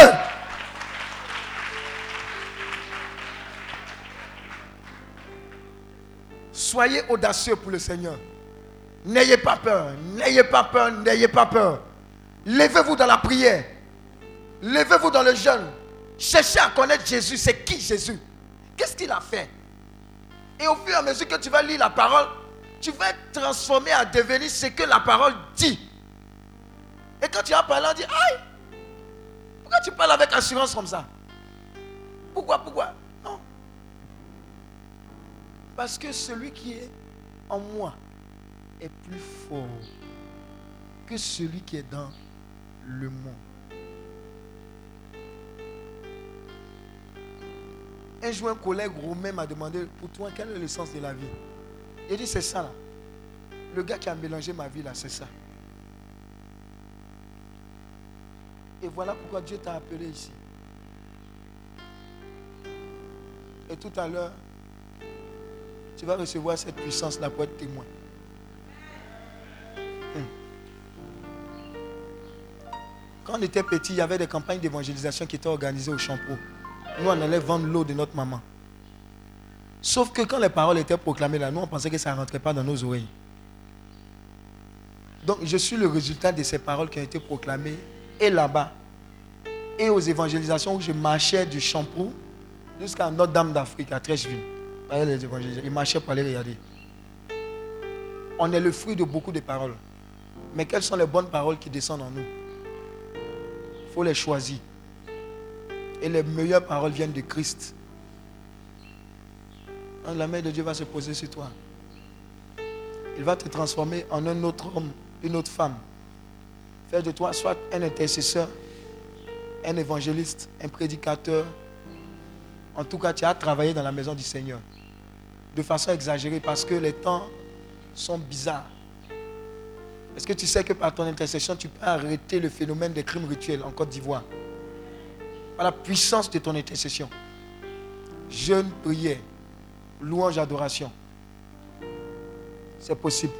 Soyez audacieux pour le Seigneur. N'ayez pas peur, n'ayez pas peur, n'ayez pas peur. Levez-vous dans la prière. Levez-vous dans le jeûne. Cherchez à connaître Jésus. C'est qui Jésus? Qu'est-ce qu'il a fait? Et au fur et à mesure que tu vas lire la parole, tu vas être transformé à devenir ce que la parole dit. Et quand tu vas parler, on dit, aïe, pourquoi tu parles avec assurance comme ça? Pourquoi? Non. Parce que celui qui est en moi est plus fort que celui qui est dans le monde. Un jour, un collègue romain m'a demandé, pour toi, quel est le sens de la vie? Il dit, c'est ça là. Le gars qui a mélangé ma vie là, c'est ça. Et voilà pourquoi Dieu t'a appelé ici. Et tout à l'heure, tu vas recevoir cette puissance là pour être témoin. Quand on était petit, il y avait des campagnes d'évangélisation qui étaient organisées au Champeau. Nous, on allait vendre l'eau de notre maman. Sauf que quand les paroles étaient proclamées là, nous, on pensait que ça ne rentrait pas dans nos oreilles. Donc, je suis le résultat de ces paroles qui ont été proclamées et là-bas, et aux évangélisations où je marchais du Champeau jusqu'à Notre-Dame d'Afrique, à Trècheville. Les évangélisations, ils marchaient pour aller regarder. On est le fruit de beaucoup de paroles. Mais quelles sont les bonnes paroles qui descendent en nous? Il faut les choisir. Et les meilleures paroles viennent de Christ. Donc, la main de Dieu va se poser sur toi. Il va te transformer en un autre homme, une autre femme. Faire de toi soit un intercesseur, un évangéliste, un prédicateur. En tout cas, tu as travaillé dans la maison du Seigneur. De façon exagérée parce que les temps sont bizarres. Est-ce que tu sais que par ton intercession, tu peux arrêter le phénomène des crimes rituels en Côte d'Ivoire? Par la puissance de ton intercession. Jeûne, prière, louange, adoration. C'est possible.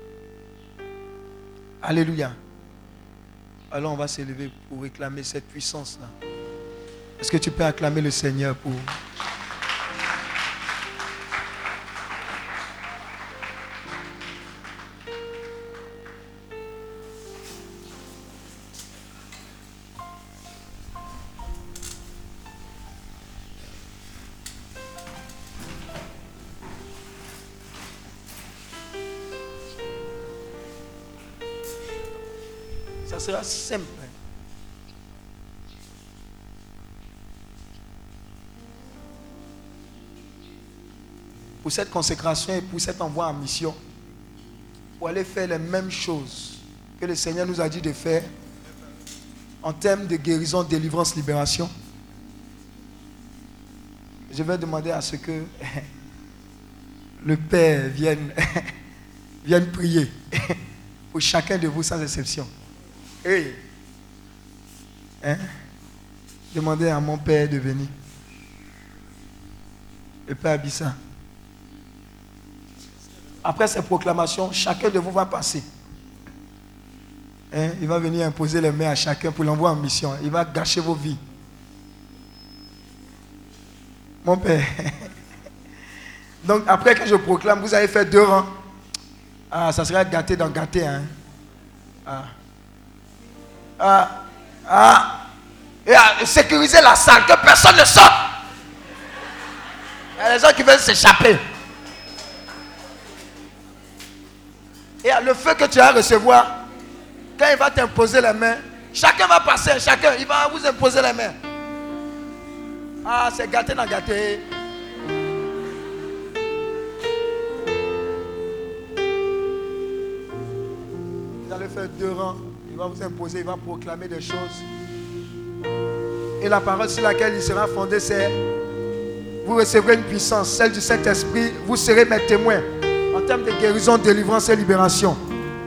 Alléluia. Alors on va s'élever pour réclamer cette puissance-là. Est-ce que tu peux acclamer le Seigneur pour... Ça sera simple. Pour cette consécration et pour cet envoi en mission, pour aller faire les mêmes choses que le Seigneur nous a dit de faire en termes de guérison, délivrance, libération, je vais demander à ce que le Père vienne prier pour chacun de vous sans exception. Hey. Hein? Demandez à mon Père de venir. Le Père Abissa. Après ces proclamations, chacun de vous va passer. Hein? Il va venir imposer les mains à chacun pour l'envoi en mission. Il va gâcher vos vies. Mon Père. Donc après que je proclame, vous allez faire 2 rangs. Ah, ça sera gâté dans gâté. Hein? Et sécuriser la salle, que personne ne sorte. Il y a des gens qui veulent s'échapper. Et le feu que tu vas recevoir, quand il va t'imposer les mains, chacun va passer, il va vous imposer les mains. Ah, c'est gâté dans gâté. Vous allez faire 2 rangs. Il va vous imposer, il va proclamer des choses. Et la parole sur laquelle il sera fondé, c'est: vous recevrez une puissance, celle du Saint-Esprit. Vous serez mes témoins en termes de guérison, délivrance et libération.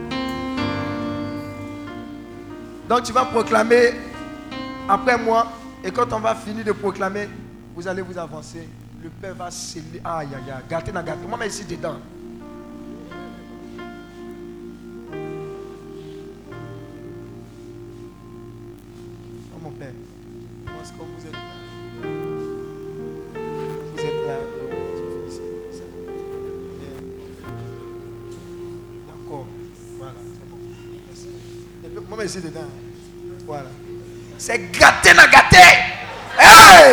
Donc tu vas proclamer après moi. Et quand on va finir de proclamer, vous allez vous avancer. Le Père va sceller. Aïe, aïe, aïe. Gâté dans gâté. Moi, mais ici dedans. Mon Père, moi, c'est comme vous êtes là. Vous êtes là. D'accord. Voilà, c'est bon. Merci. Moi, ici dedans. Voilà. C'est gâté dans gâté. Hey!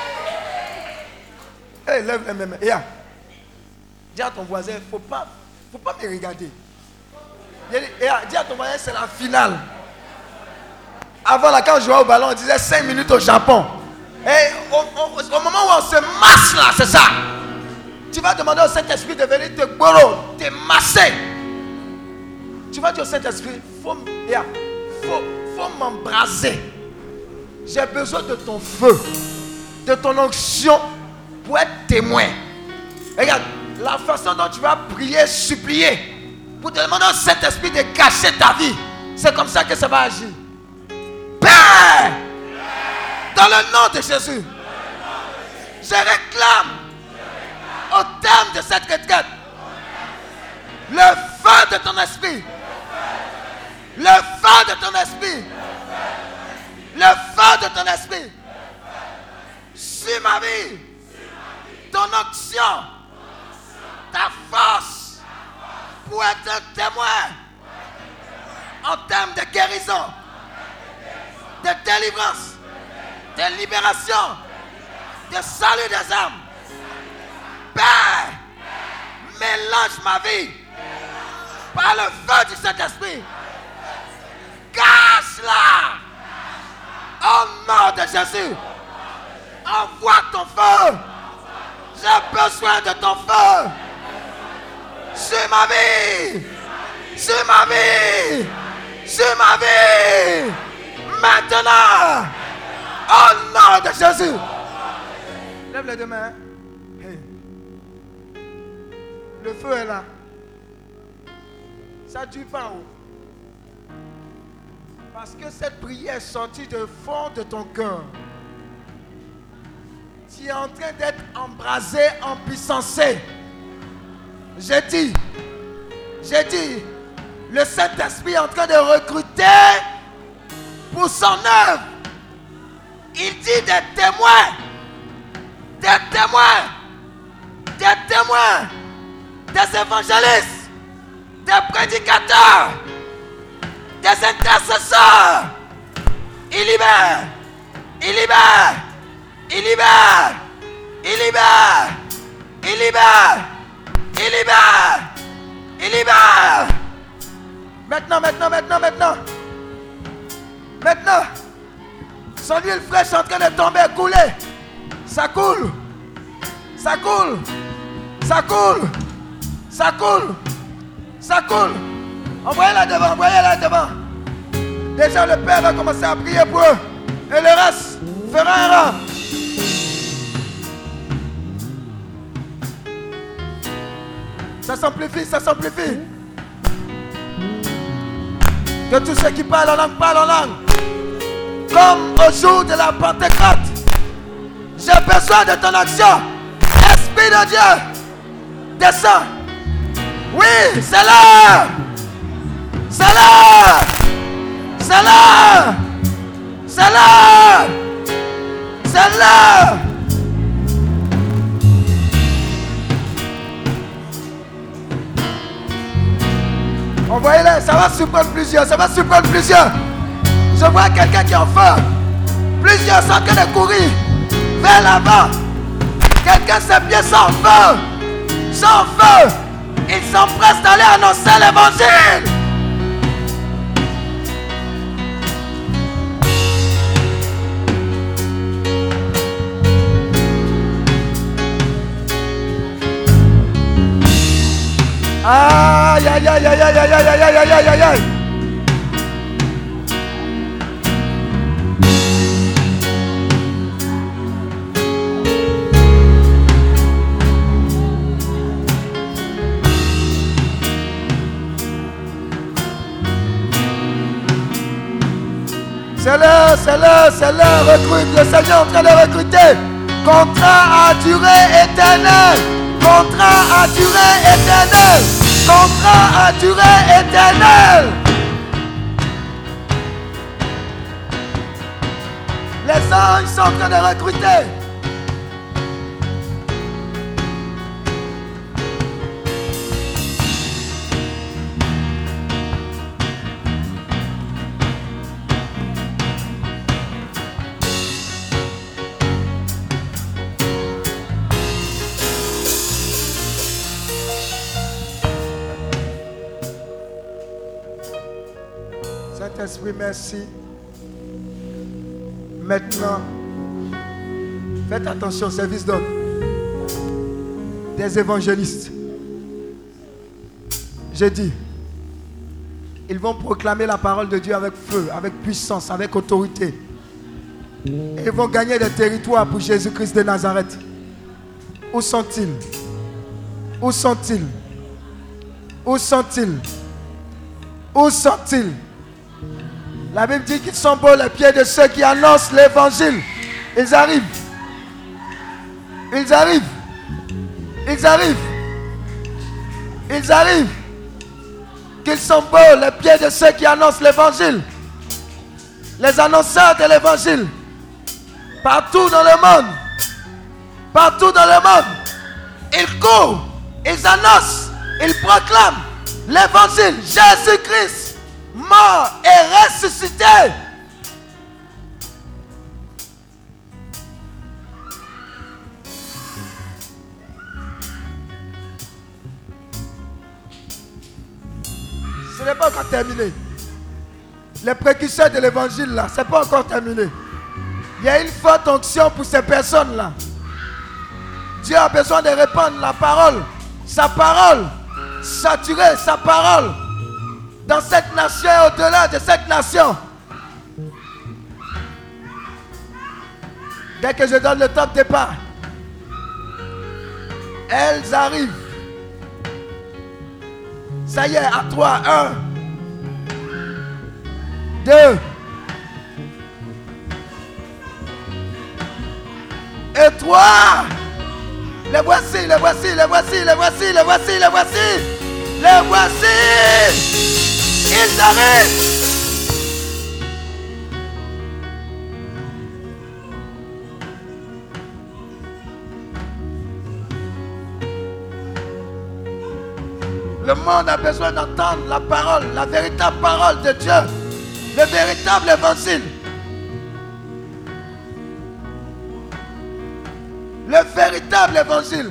Hey, lève les mains. Yeah. Dis à ton voisin, faut pas me regarder. Dis à ton voisin, c'est la finale. Avant, là, quand on jouait au ballon, on disait 5 minutes au Japon. Et au moment où on se masse là, c'est ça. Tu vas demander au Saint-Esprit de venir te boro, te masser. Tu vas dire au Saint-Esprit, faut m'embraser. J'ai besoin de ton feu, de ton onction pour être témoin. Regarde, la façon dont tu vas prier, supplier, pour demander au Saint-Esprit de cacher ta vie, c'est comme ça que ça va agir. Père, dans le nom de Jésus, je réclame au terme de cette retraite le feu de ton esprit. Le feu de ton esprit. Le feu de ton esprit. Sur ma vie. Ton onction. Ta force. Pour être un témoin. En termes de guérison. De délivrance. De libération. De salut des âmes. Père. Mélange ma vie. Par le feu du Saint-Esprit. Cache-la. Au nom de Jésus. Envoie ton feu. J'ai besoin de ton feu. Sur ma vie. Sur ma vie. Sur ma vie. Maintenant. Au nom de Jésus. Lève les deux mains. Hey. Le feu est là. Ça dure pas haut. Parce que cette prière est sortie de fond de ton cœur. Tu es en train d'être embrasé, empuissancé. J'ai dit, le Saint-Esprit est en train de recruter pour son œuvre. Il dit des témoins, des évangélistes, des prédicateurs, des intercesseurs. Il libère. Maintenant. Son huile fraîche est en train de tomber, couler. Ça coule. Envoyez-la devant. Déjà le Père va commencer à prier pour eux. Et le reste fera un rang. Ça s'amplifie. Que tous ceux qui parlent en langue. Comme au jour de la Pentecôte. J'ai besoin de ton action. Esprit de Dieu. Descends. Oui, c'est là. Envoyez-les, ça va surprendre plusieurs. Je vois quelqu'un qui est en feu. Plusieurs sont en train de courir vers l'avant. Quelqu'un ses pieds sont en feu. Ils s'empressent d'aller annoncer l'évangile. Aïe. C'est l'heure, recrute. Le Seigneur est en train de recruter. Contrat à durée éternelle. Les anges sont en train de recruter. Saint-Esprit, merci. Maintenant, faites attention au service d'ordre des évangélistes. J'ai dit, ils vont proclamer la parole de Dieu avec feu, avec puissance, avec autorité. Et ils vont gagner des territoires pour Jésus-Christ de Nazareth. Où sont-ils? La Bible dit qu'ils sont beaux les pieds de ceux qui annoncent l'évangile. Ils arrivent. Qu'ils sont beaux les pieds de ceux qui annoncent l'évangile. Les annonceurs de l'évangile. Partout dans le monde. Ils courent. Ils annoncent. Ils proclament l'évangile. Jésus-Christ, mort et ressuscité. Ce n'est pas encore terminé. Les précurseurs de l'évangile là, ce n'est pas encore terminé. Il y a une forte onction pour ces personnes-là. Dieu a besoin de répandre la parole, sa parole, saturer sa parole dans cette nation et au-delà de cette nation. Dès que je donne le top départ, elles arrivent. Ça y est, à toi, 1, 2. Et 3. Les voici, les voici, les voici, les voici, les voici, les voici. Les voici. Ils arrivent. Le monde a besoin d'entendre la parole, la véritable parole de Dieu, le véritable évangile. Le véritable évangile.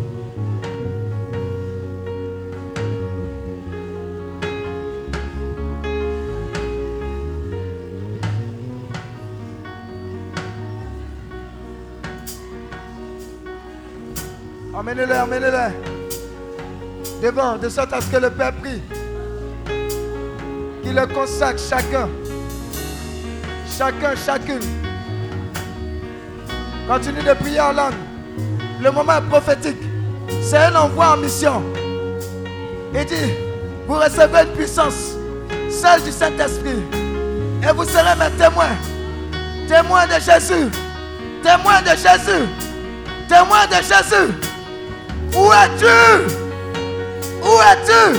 Emmenez-le, emmenez-le. Devant, de sorte à ce que le Père prie. Qu'il le consacre chacun. Chacun, chacune. Continue de prier en langue. Le moment est prophétique. C'est un envoi en mission. Il dit, vous recevez une puissance, celle du Saint-Esprit. Et vous serez mes témoins. Témoins de Jésus. Témoins de Jésus. Témoins de Jésus. Où es-tu? Où es-tu?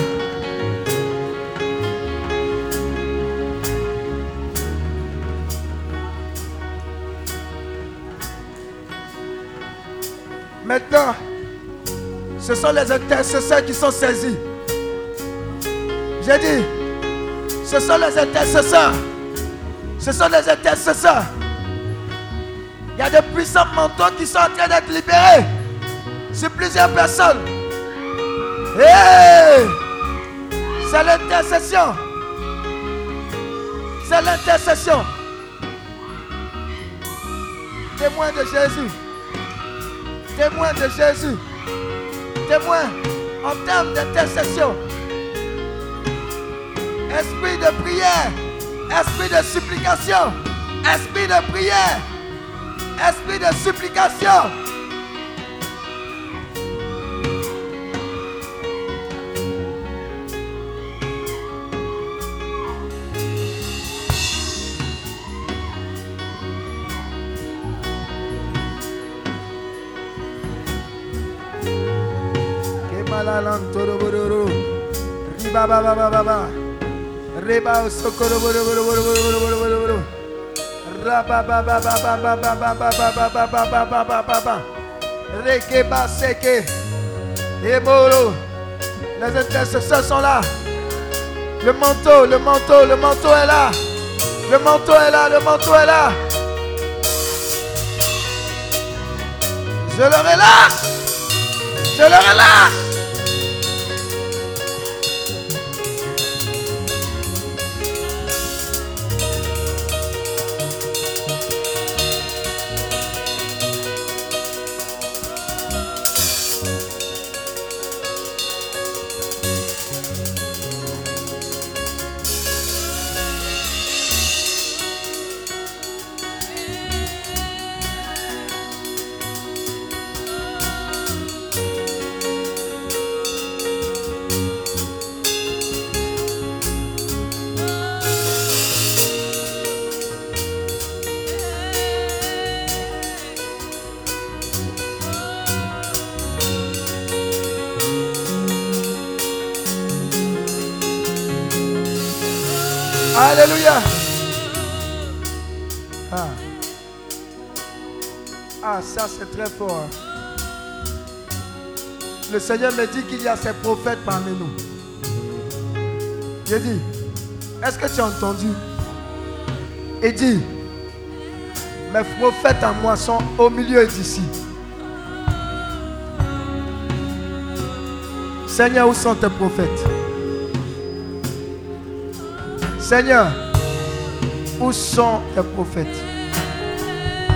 Maintenant, ce sont les intercesseurs qui sont saisis. J'ai dit, ce sont les intercesseurs. Ce sont les intercesseurs. Il y a de puissants manteaux qui sont en train d'être libérés sur plusieurs personnes. Hey! C'est l'intercession. C'est l'intercession. Témoin de Jésus. Témoin de Jésus. Témoin en termes d'intercession. Esprit de prière. Esprit de supplication. Esprit de prière. Esprit de supplication. Riba baba baba baba. Riba sokoro boro boro boro boro boro boro boro. Raba baba baba baba baba baba baba baba baba. Reke baseke. Ebolo. Les intercesseurs sont là. Le manteau, le manteau, le manteau est là. Le manteau est là, le manteau est là. Je le relâche. Je le relâche. Alléluia. Ah, ça c'est très fort. Le Seigneur me dit qu'il y a ces prophètes parmi nous. J'ai dit, est-ce que tu as entendu? Il dit, mes prophètes en moi sont au milieu d'ici. Seigneur, où sont tes prophètes? Seigneur, où sont tes prophètes?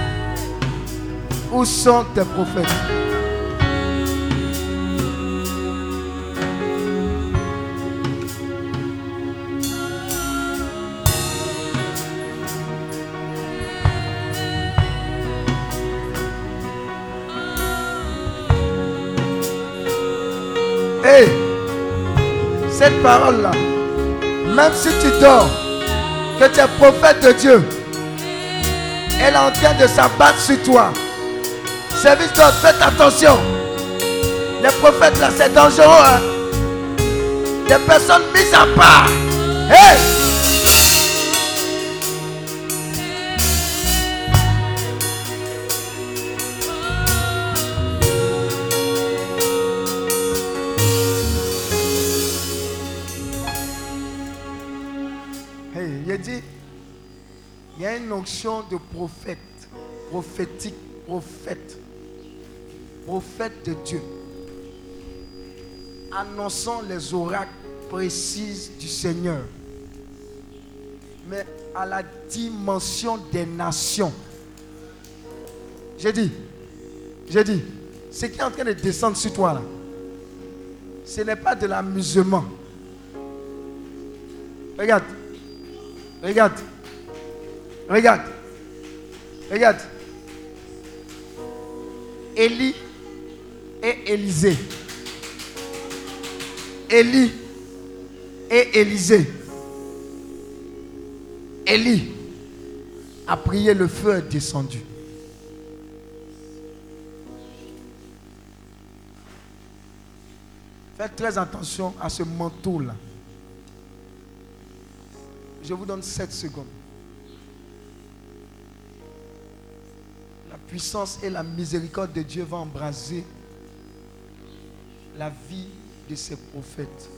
Où sont tes prophètes? Hey, cette parole-là, même si tu dors, que tu es prophète de Dieu, elle est en train de s'abattre sur toi. Service d'ordre, faites attention. Les prophètes là, c'est dangereux. Hein? Des personnes mises à part. Hey! Hey, il dit, il y a une onction de prophète, prophétique, prophète de Dieu, annonçant les oracles précis du Seigneur, mais à la dimension des nations. J'ai dit, ce qui est en train de descendre sur toi là, ce n'est pas de l'amusement. Regarde. Élie et Élisée. Élie et Élisée. Élie a prié, le feu est descendu. Faites très attention à ce manteau-là. Je vous donne 7 secondes. La puissance et la miséricorde de Dieu vont embraser la vie de ses prophètes.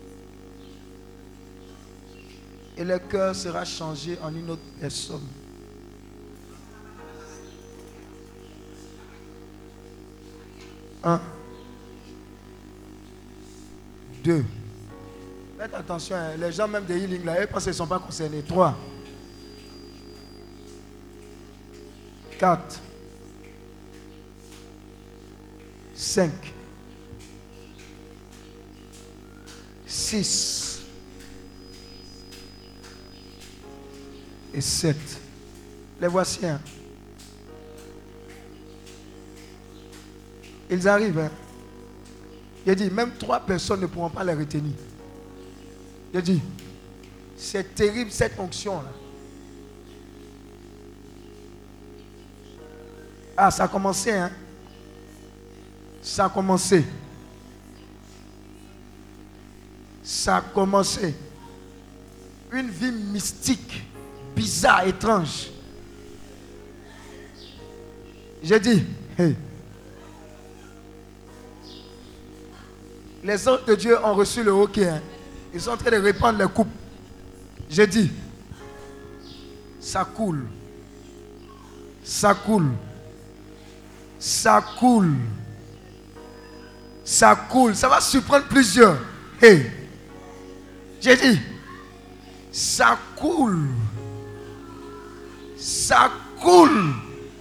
Et le cœur sera changé en une autre personne. Un. 2. Faites attention, hein. Les gens même de healing là, ils pensent qu'ils ne sont pas concernés. 3. 4. 5. 6. Et 7. Les voici. Hein. Ils arrivent. Hein. Il dit, même 3 personnes ne pourront pas les retenir. Il dit, c'est terrible cette onction-là. Ah, ça a commencé, hein? Ça a commencé. Ça a commencé. Une vie mystique, bizarre, étrange. J'ai dit, hey. Les anges de Dieu ont reçu le hockey. Hein? Ils sont en train de répandre les coupes. J'ai dit, ça coule. Ça coule. Ça coule. Ça coule. Ça va surprendre plusieurs. Hey. J'ai dit, ça coule. Ça coule.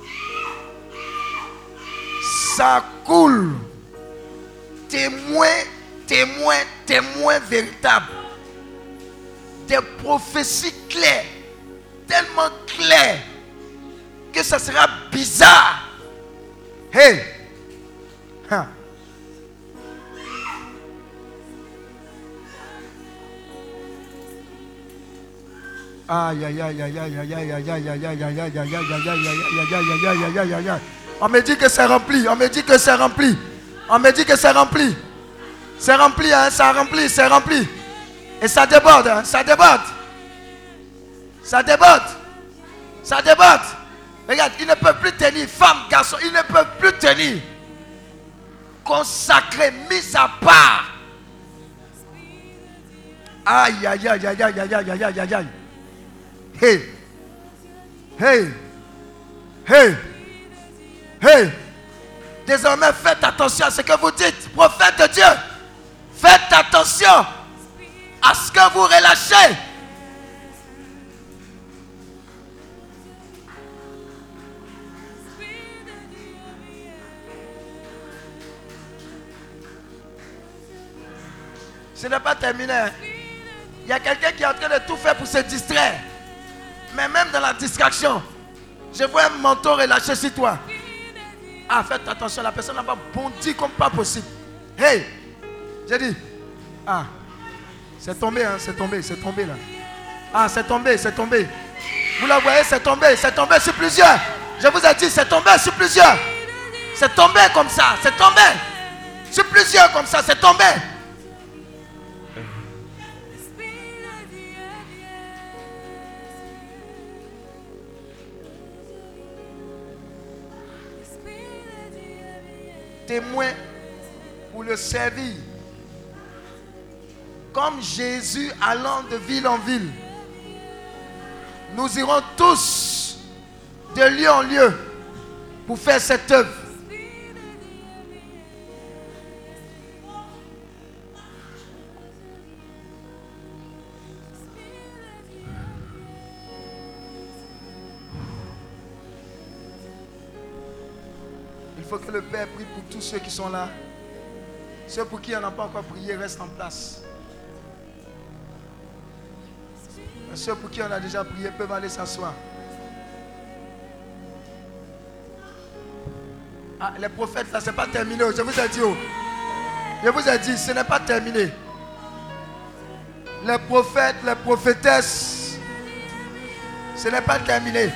Ça coule. Témoins véritables. Des prophéties claires. Tellement claires que ça sera bizarre. Hey! Hein. Aïe aïe aïe aïe aïe aïe aïe aïe aïe aïe aïe aïe aïe aïe aïe aïe aïe aïe. On me dit que c'est rempli. On me dit que c'est rempli. On me dit que c'est rempli. C'est rempli, hein, ça remplit, c'est rempli. Et ça déborde, hein, ça déborde. Ça déborde. Ça déborde. Regarde, ils ne peuvent plus tenir. Femmes, garçons, ils ne peuvent plus tenir. Consacrés, mis à part. Aïe, aïe, aïe, aïe, aïe, aïe, aïe, aïe, aïe, aïe. Hey. Hey. Hey. Hey. Désormais, faites attention à ce que vous dites. Prophète de Dieu. Faites attention à ce que vous relâchez. Ce n'est pas terminé. Il y a quelqu'un qui est en train de tout faire pour se distraire. Mais même dans la distraction, je vois un manteau relâché sur toi. Ah, faites attention, la personne n'a pas bondi comme pas possible. Hey, j'ai dit, ah, c'est tombé, hein, c'est tombé là. Ah, c'est tombé. Vous la voyez, c'est tombé sur plusieurs. Je vous ai dit, c'est tombé sur plusieurs. C'est tombé comme ça, c'est tombé. Sur plusieurs comme ça, c'est tombé. Témoin pour le servir. Comme Jésus allant de ville en ville. Nous irons tous de lieu en lieu pour faire cette œuvre. Il faut que le Père prie pour tous ceux qui sont là. Ceux pour qui on n'a pas encore prié restent en place. Ceux pour qui on a déjà prié peuvent aller s'asseoir. Ah, les prophètes là, c'est pas terminé. Je vous ai dit, ce n'est pas terminé. Les prophètes, les prophétesses, ce n'est pas terminé.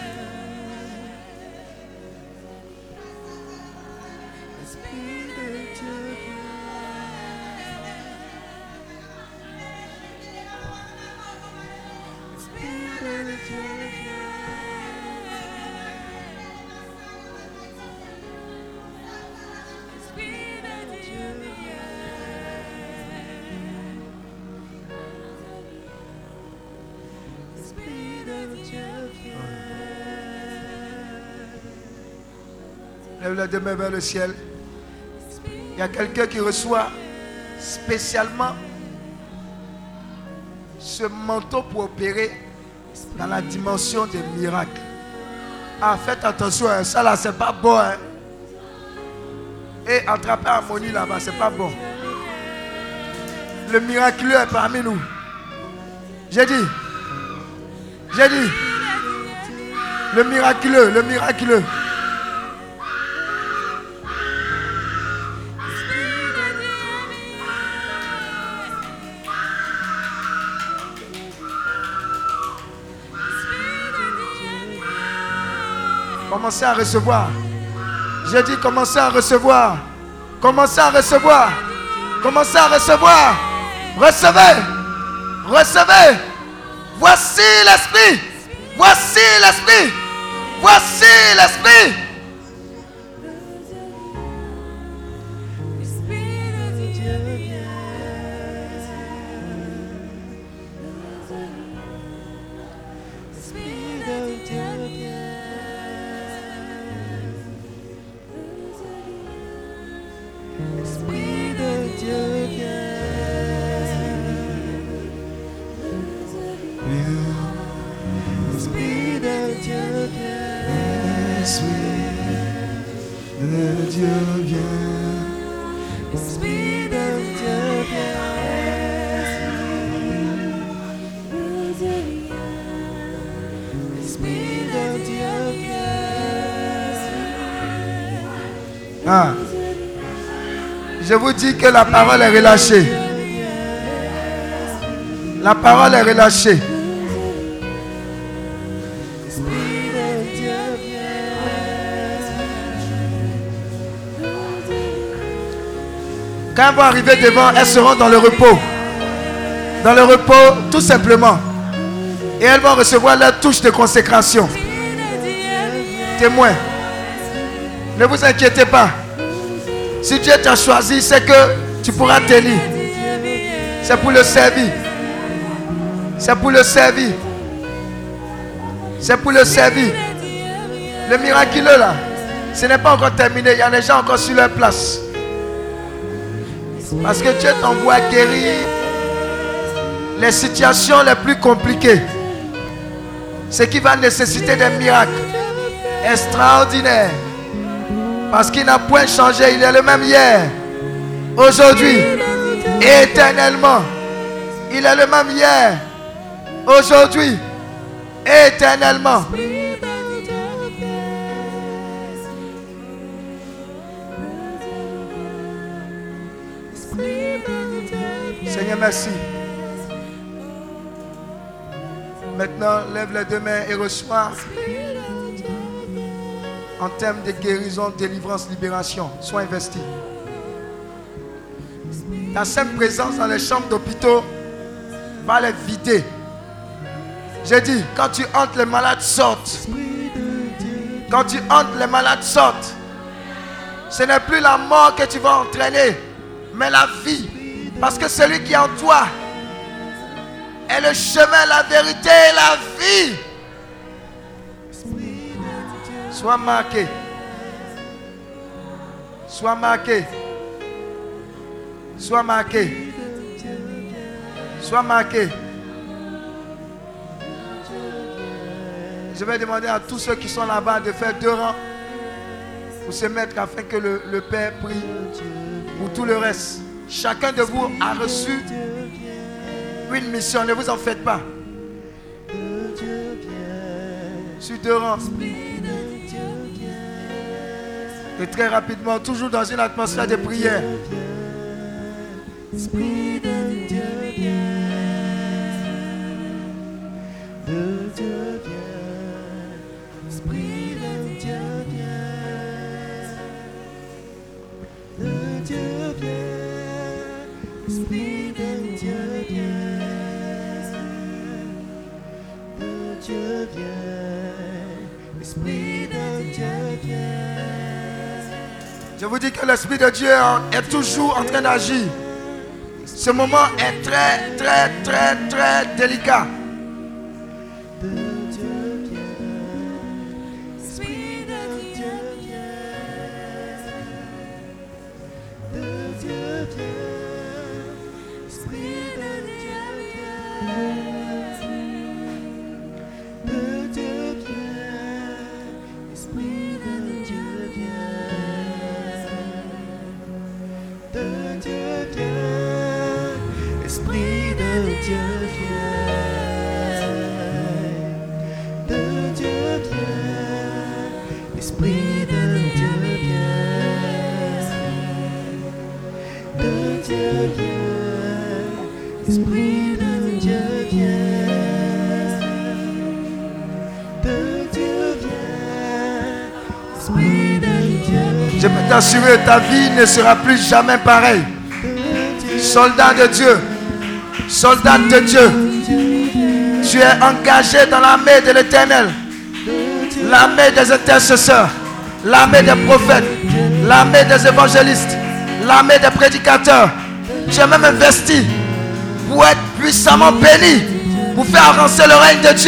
Lève la main vers le ciel. Il y a quelqu'un qui reçoit spécialement ce manteau pour opérer dans la dimension des miracles. Ah, faites attention, hein. Ça là, c'est pas bon. Hein. Et attraper Harmonie là-bas, c'est pas bon. Le miraculeux est parmi nous. J'ai dit. Le miraculeux. Commencez à recevoir. J'ai dit commencez à recevoir. Commencez à recevoir. Commencez à recevoir. Recevez. Recevez. Voici l'Esprit. Voici l'Esprit. Voici l'Esprit. Ah. Je vous dis que la parole est relâchée. La parole est relâchée. Quand elles vont arriver devant, elles seront dans le repos. Dans le repos, tout simplement. Et elles vont recevoir leur touche de consécration. Témoin. Ne vous inquiétez pas. Si Dieu t'a choisi, c'est que tu pourras tenir. C'est pour le servir. C'est pour le servir. C'est pour le servir. Le miraculeux là, ce n'est pas encore terminé. Il y a des gens encore sur leur place. Parce que Dieu t'envoie guérir les situations les plus compliquées. Ce qui va nécessiter des miracles extraordinaires. Parce qu'il n'a point changé. Il est le même hier, aujourd'hui et éternellement. Il est le même hier, aujourd'hui et éternellement. Seigneur, merci. Maintenant, lève les deux mains et reçois en termes de guérison, délivrance, libération. Sois investi. Ta simple présence dans les chambres d'hôpitaux va les vider. J'ai dit, quand tu entres, les malades sortent. Quand tu entres, les malades sortent. Ce n'est plus la mort que tu vas entraîner, mais la vie. Parce que celui qui est en toi est le chemin, la vérité et la vie. Sois marqué. Sois marqué. Sois marqué. Sois marqué. Je vais demander à tous ceux qui sont là-bas de faire 2 rangs pour se mettre afin que le Père prie pour tout le reste. Chacun de vous a reçu une mission, ne vous en faites pas. Sur 2 rangs. Et très rapidement, toujours dans une atmosphère de prière. Esprit de Dieu viens, Esprit de Dieu viens, de Dieu viens, Esprit de Dieu viens, de Dieu viens, Esprit de Dieu viens. Je vous dis que l'Esprit de Dieu est toujours en train d'agir. Ce moment est très, très, très, très délicat. Je peux t'assurer, ta vie ne sera plus jamais pareille. Soldat de Dieu, soldat de Dieu, tu es engagé dans l'armée de l'Éternel, l'armée des intercesseurs, l'armée des prophètes, l'armée des évangélistes, l'armée des prédicateurs. Tu es même investi pour être puissamment béni, pour faire avancer le règne de Dieu.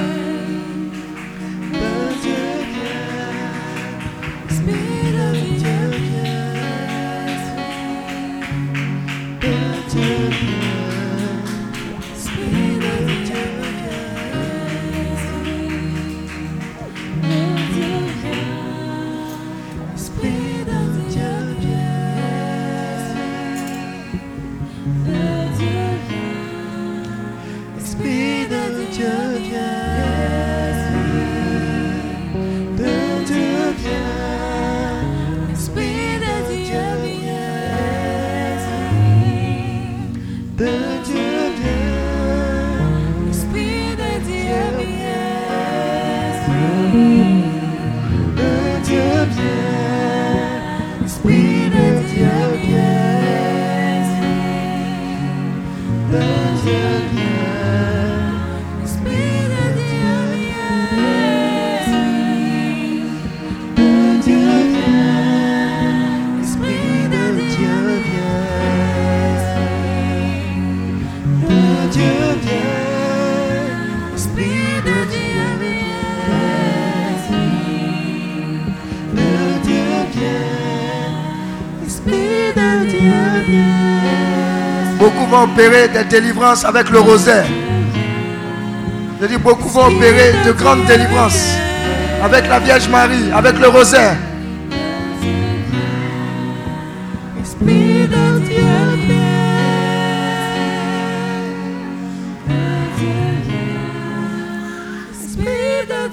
Beaucoup vont opérer des délivrances avec le rosaire. Je dis beaucoup vont opérer de grandes délivrances avec la Vierge Marie, avec le rosaire.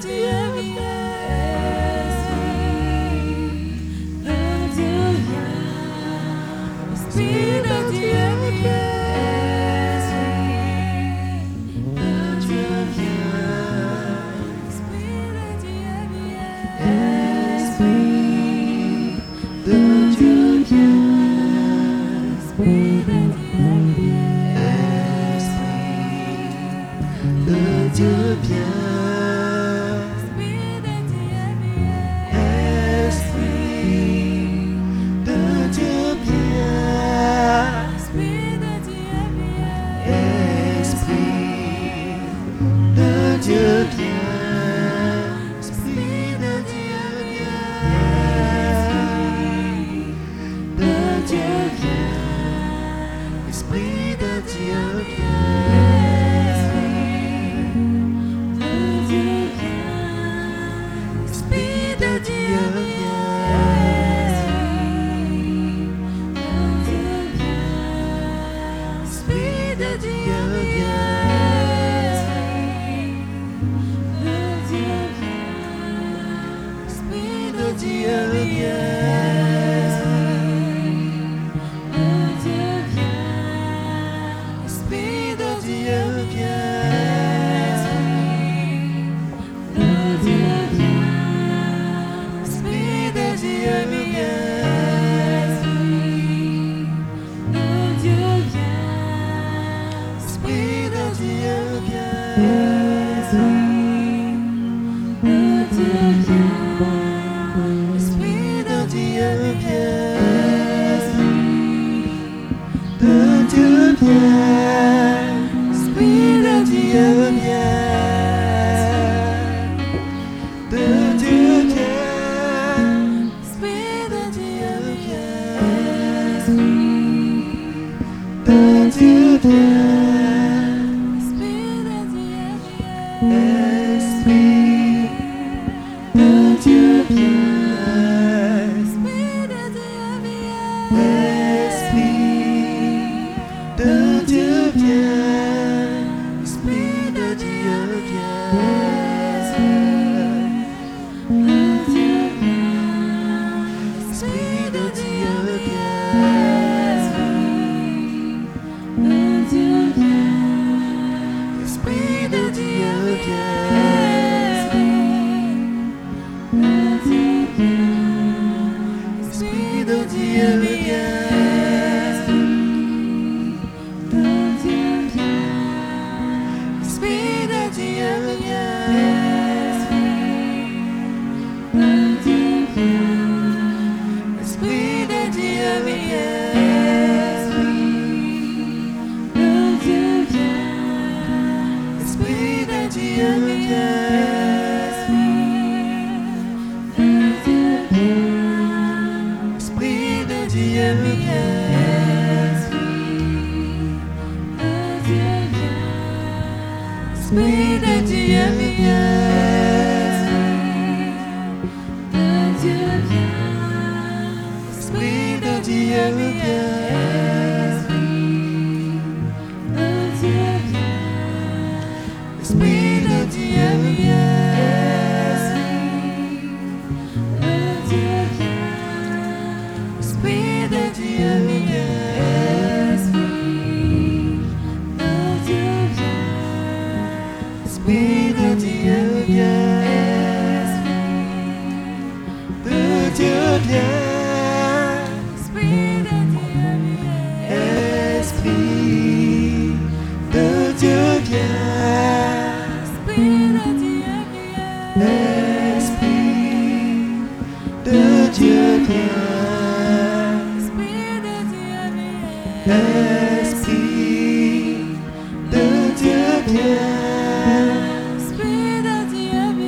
Esprit de Dieu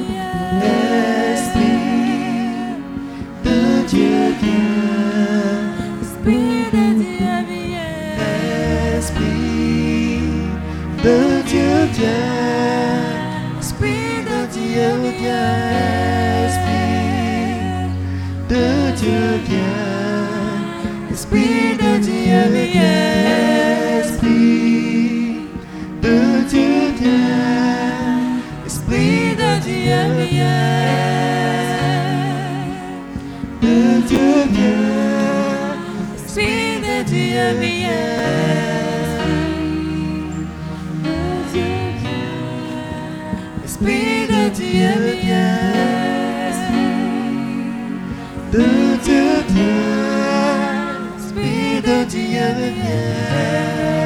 Dieu vient, de Dieu vient, Esprit de Dieu vient, Esprit de Dieu vient, de Dieu vient, Esprit de Dieu vient,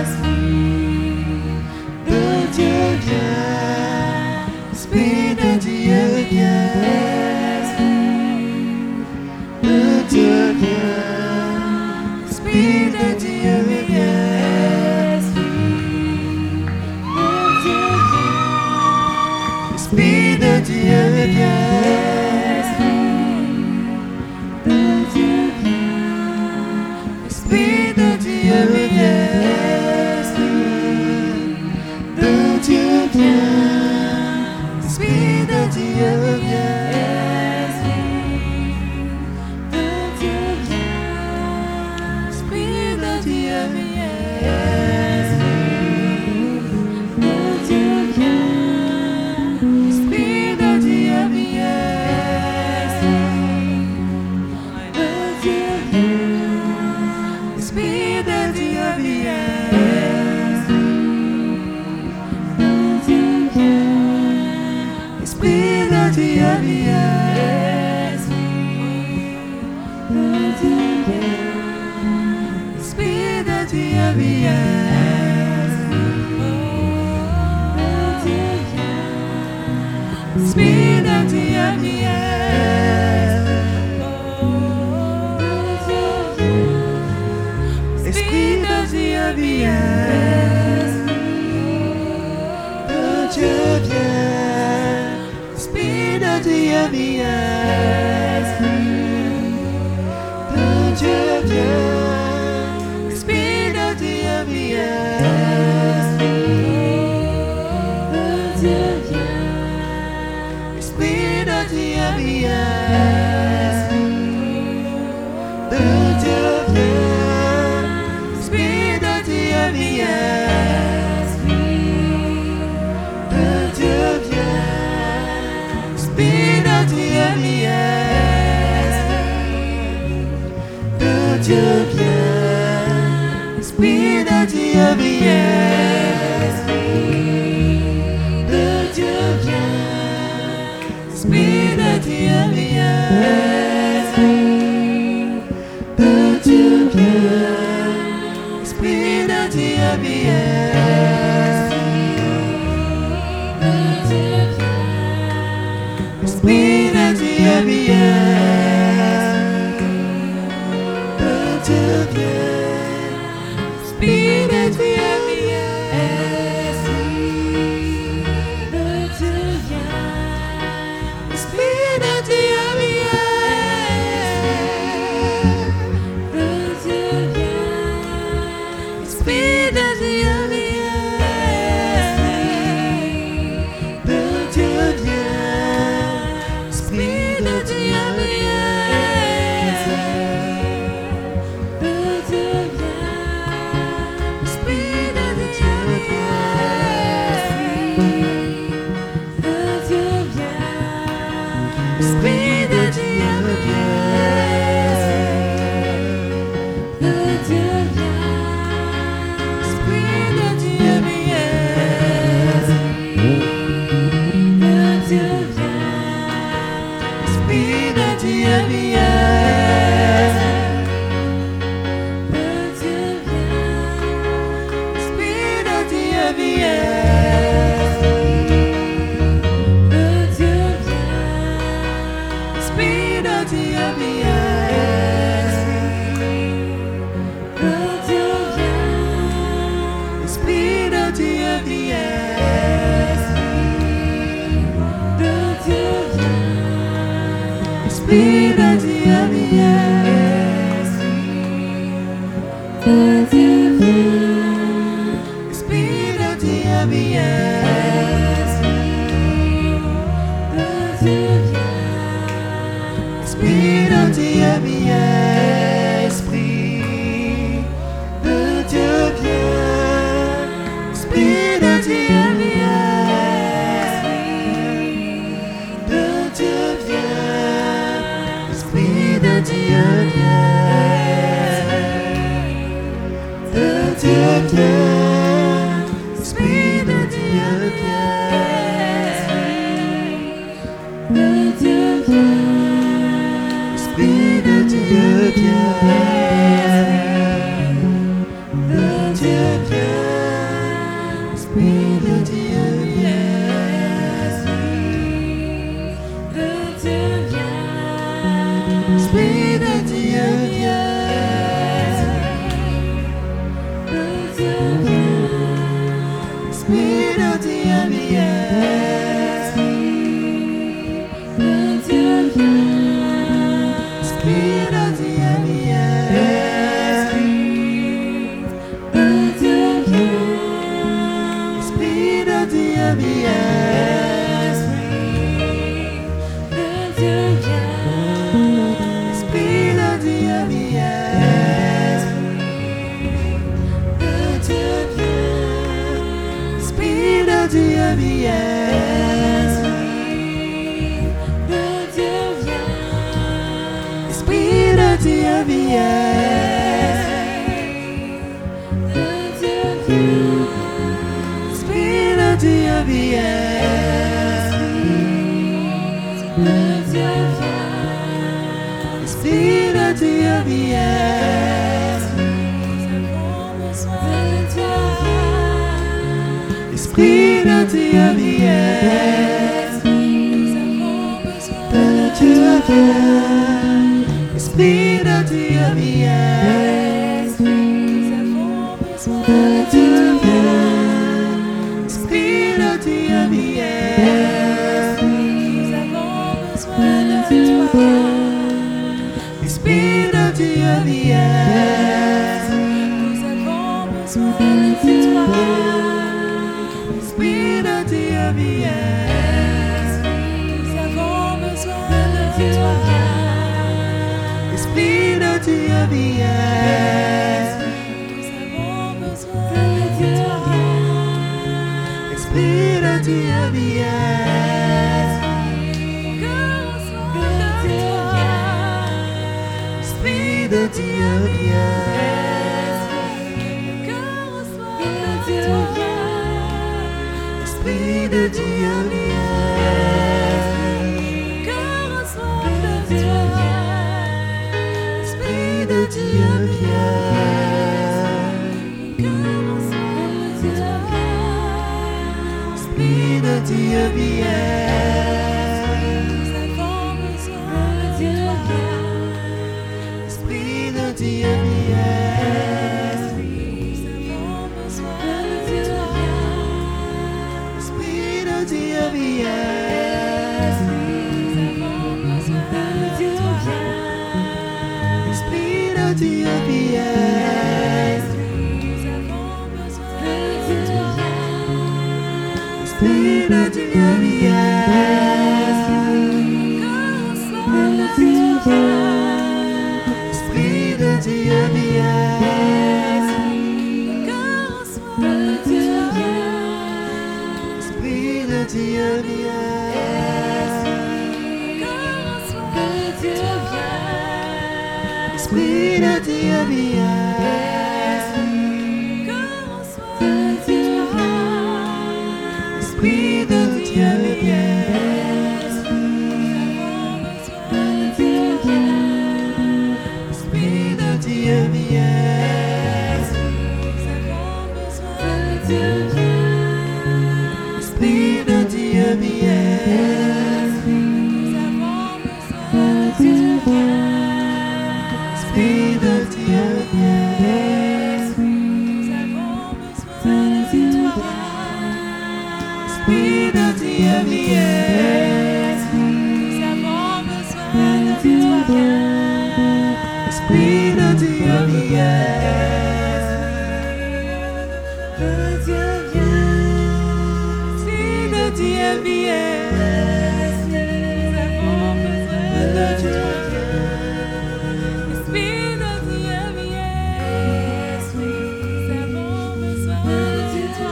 de Dieu vient, Esprit de Dieu vient, de Dieu vient, Esprit de Dieu vient, Esprit de Dieu vient, Esprit de Dieu vient, de Dieu vient, Esprit de Dieu vient, de Dieu vient, Esprit de Dieu vient, de Dieu vient, Esprit de Dieu vient, de Dieu vient, Esprit de Dieu vient, de Dieu vient, Esprit de Dieu vient, de Dieu vient, Esprit de Dieu vient, Esprit de Dieu vient, Esprit de Dieu vient, de Dieu vient, Esprit de Dieu vient, de Dieu vient, Esprit de Dieu vient, de Dieu vient, Esprit de Dieu vient, de Dieu vient, Esprit de Dieu vient, de Dieu vient, Esprit de Dieu vient, de Dieu vient, Esprit de Dieu vient, de Dieu vient, Esprit de Dieu vient, de Dieu vient, Esprit de Dieu vient, Esprit de Dieu vient, de Dieu vient, Esprit de Dieu vient, de Dieu vient, Esprit de Dieu vient, de Dieu vient, Esprit de Dieu vient, de Dieu vient, Esprit de Dieu vient, de Dieu vient, Esprit de Dieu vient, de Dieu vient, Esprit de Dieu vient, de Dieu vient, Esprit de Dieu vient, de Dieu vient, Esprit de Dieu vient, de Dieu vient, Esprit de Dieu vient, de Dieu vient, Esprit de Dieu vient, de Dieu vient, Esprit de Dieu vient, de Dieu vient, Esprit de Dieu vient, de Dieu vient, Esprit de Dieu vient, de Dieu vient, Esprit de Dieu vient, Esprit de Dieu vient, Esprit de Dieu vient, Esprit de Dieu viens, Esprit de Dieu viens, nous avons besoin de Dieu viens, Esprit de Dieu viens, nous avons besoin de toi, Esprit de Dieu viens, nous avons besoin de toi. Esprit de Dieu viens, nous avons besoin de toi. Esprit de Dieu viens, nous avons besoin de toi. Esprit de Dieu viens, que reçoit de toi. Esprit de Dieu viens, que reçoit de toi. Esprit de Dieu viens, que reçoit de toi. Esprit de Dieu viens, que reçoit de toi. Esprit de Dieu viens, nous avons besoin de toi. Esprit de Dieu viens, nous avons besoin de toi. Esprit de Dieu viens, nous avons besoin de toi. Esprit de Dieu viens, nous avons besoin de toi. Esprit de Dieu viens, que reçoit de toi. Esprit de Dieu viens, que reçoit de toi. Esprit de Dieu viens, que reçoit de toi. Esprit de Dieu viens, que reçoit de toi. Esprit de Dieu viens, nous avons besoin de toi. Esprit de Dieu viens, nous avons besoin de toi. Esprit de Dieu viens, nous avons besoin de toi. Esprit de Dieu viens, nous avons besoin de toi. Esprit de Dieu viens, nous avons besoin de toi. Esprit de Dieu viens, de Dieu viens. Esprit de Dieu viens, nous avons besoin de toi. Esprit de Dieu viens, nous avons besoin de toi.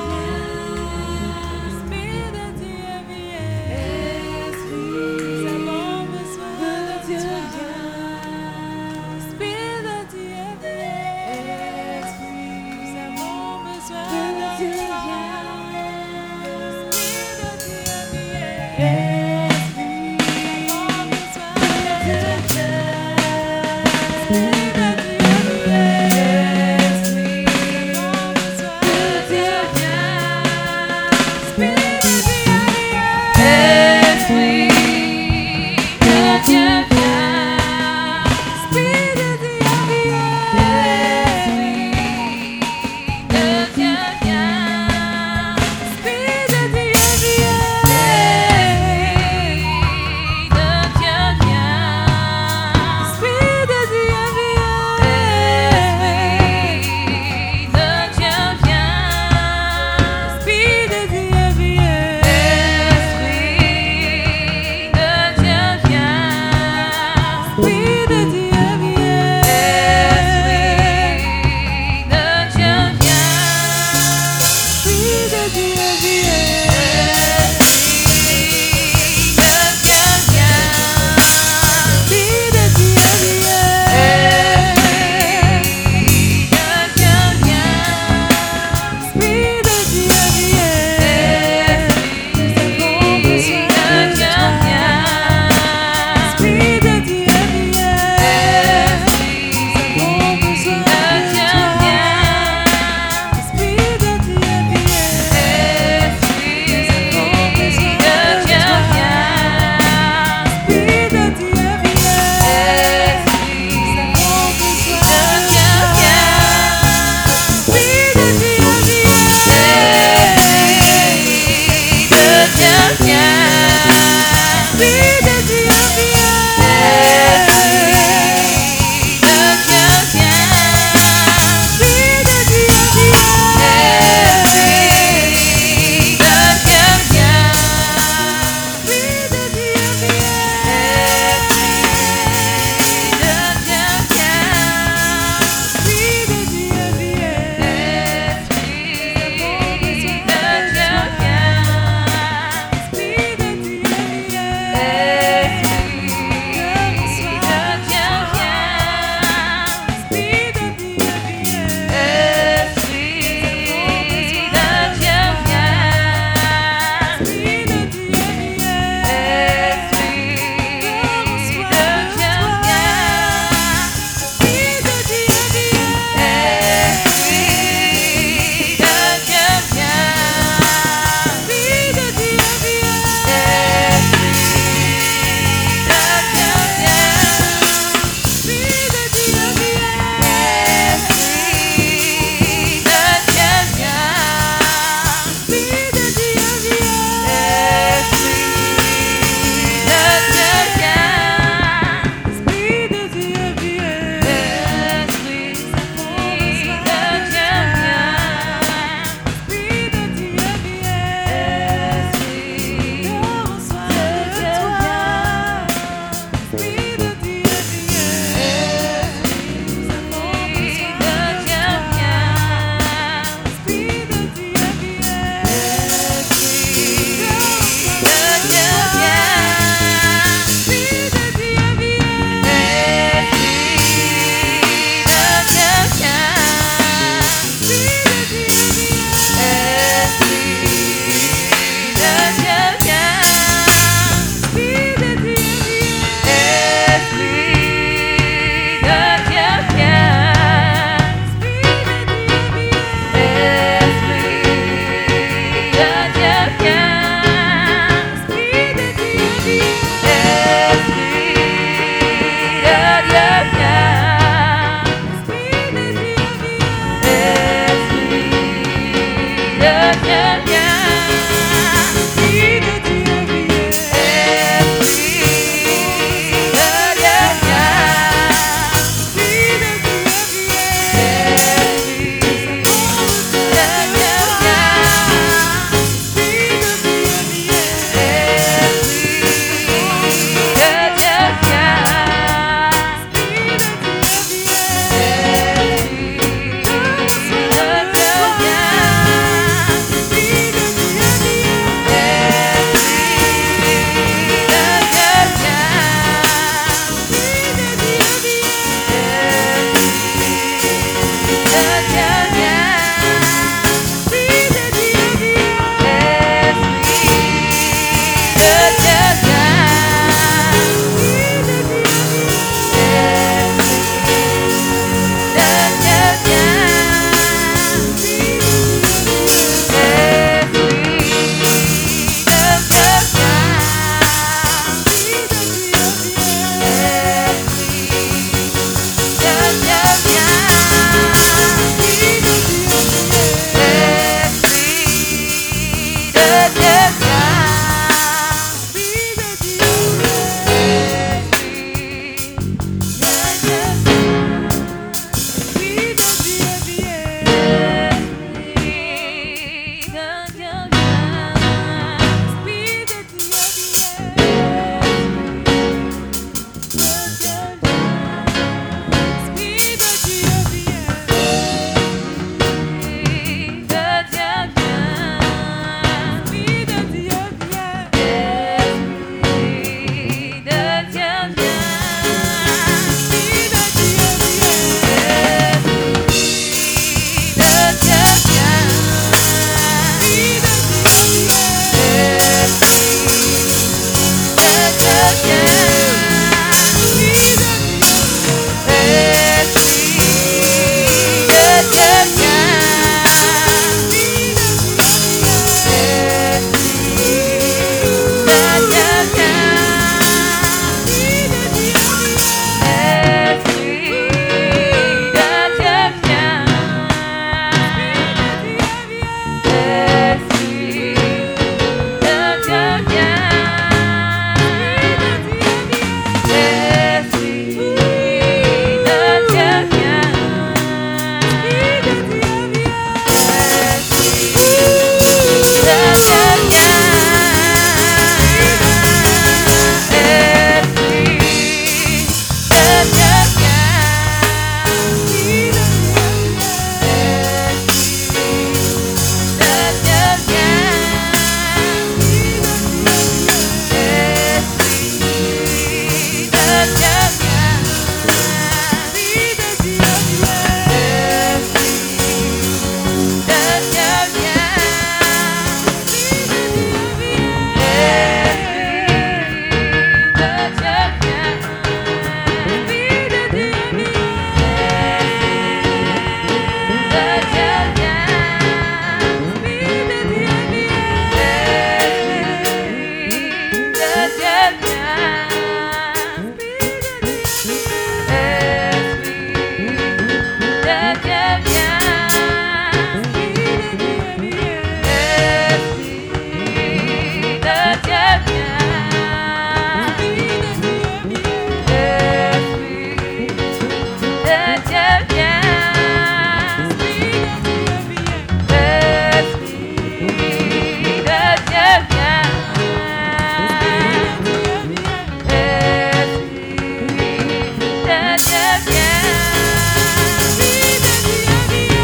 Esprit de Dieu viens, nous avons besoin de toi. Esprit de Dieu viens, nous avons besoin de toi. Esprit de Dieu viens.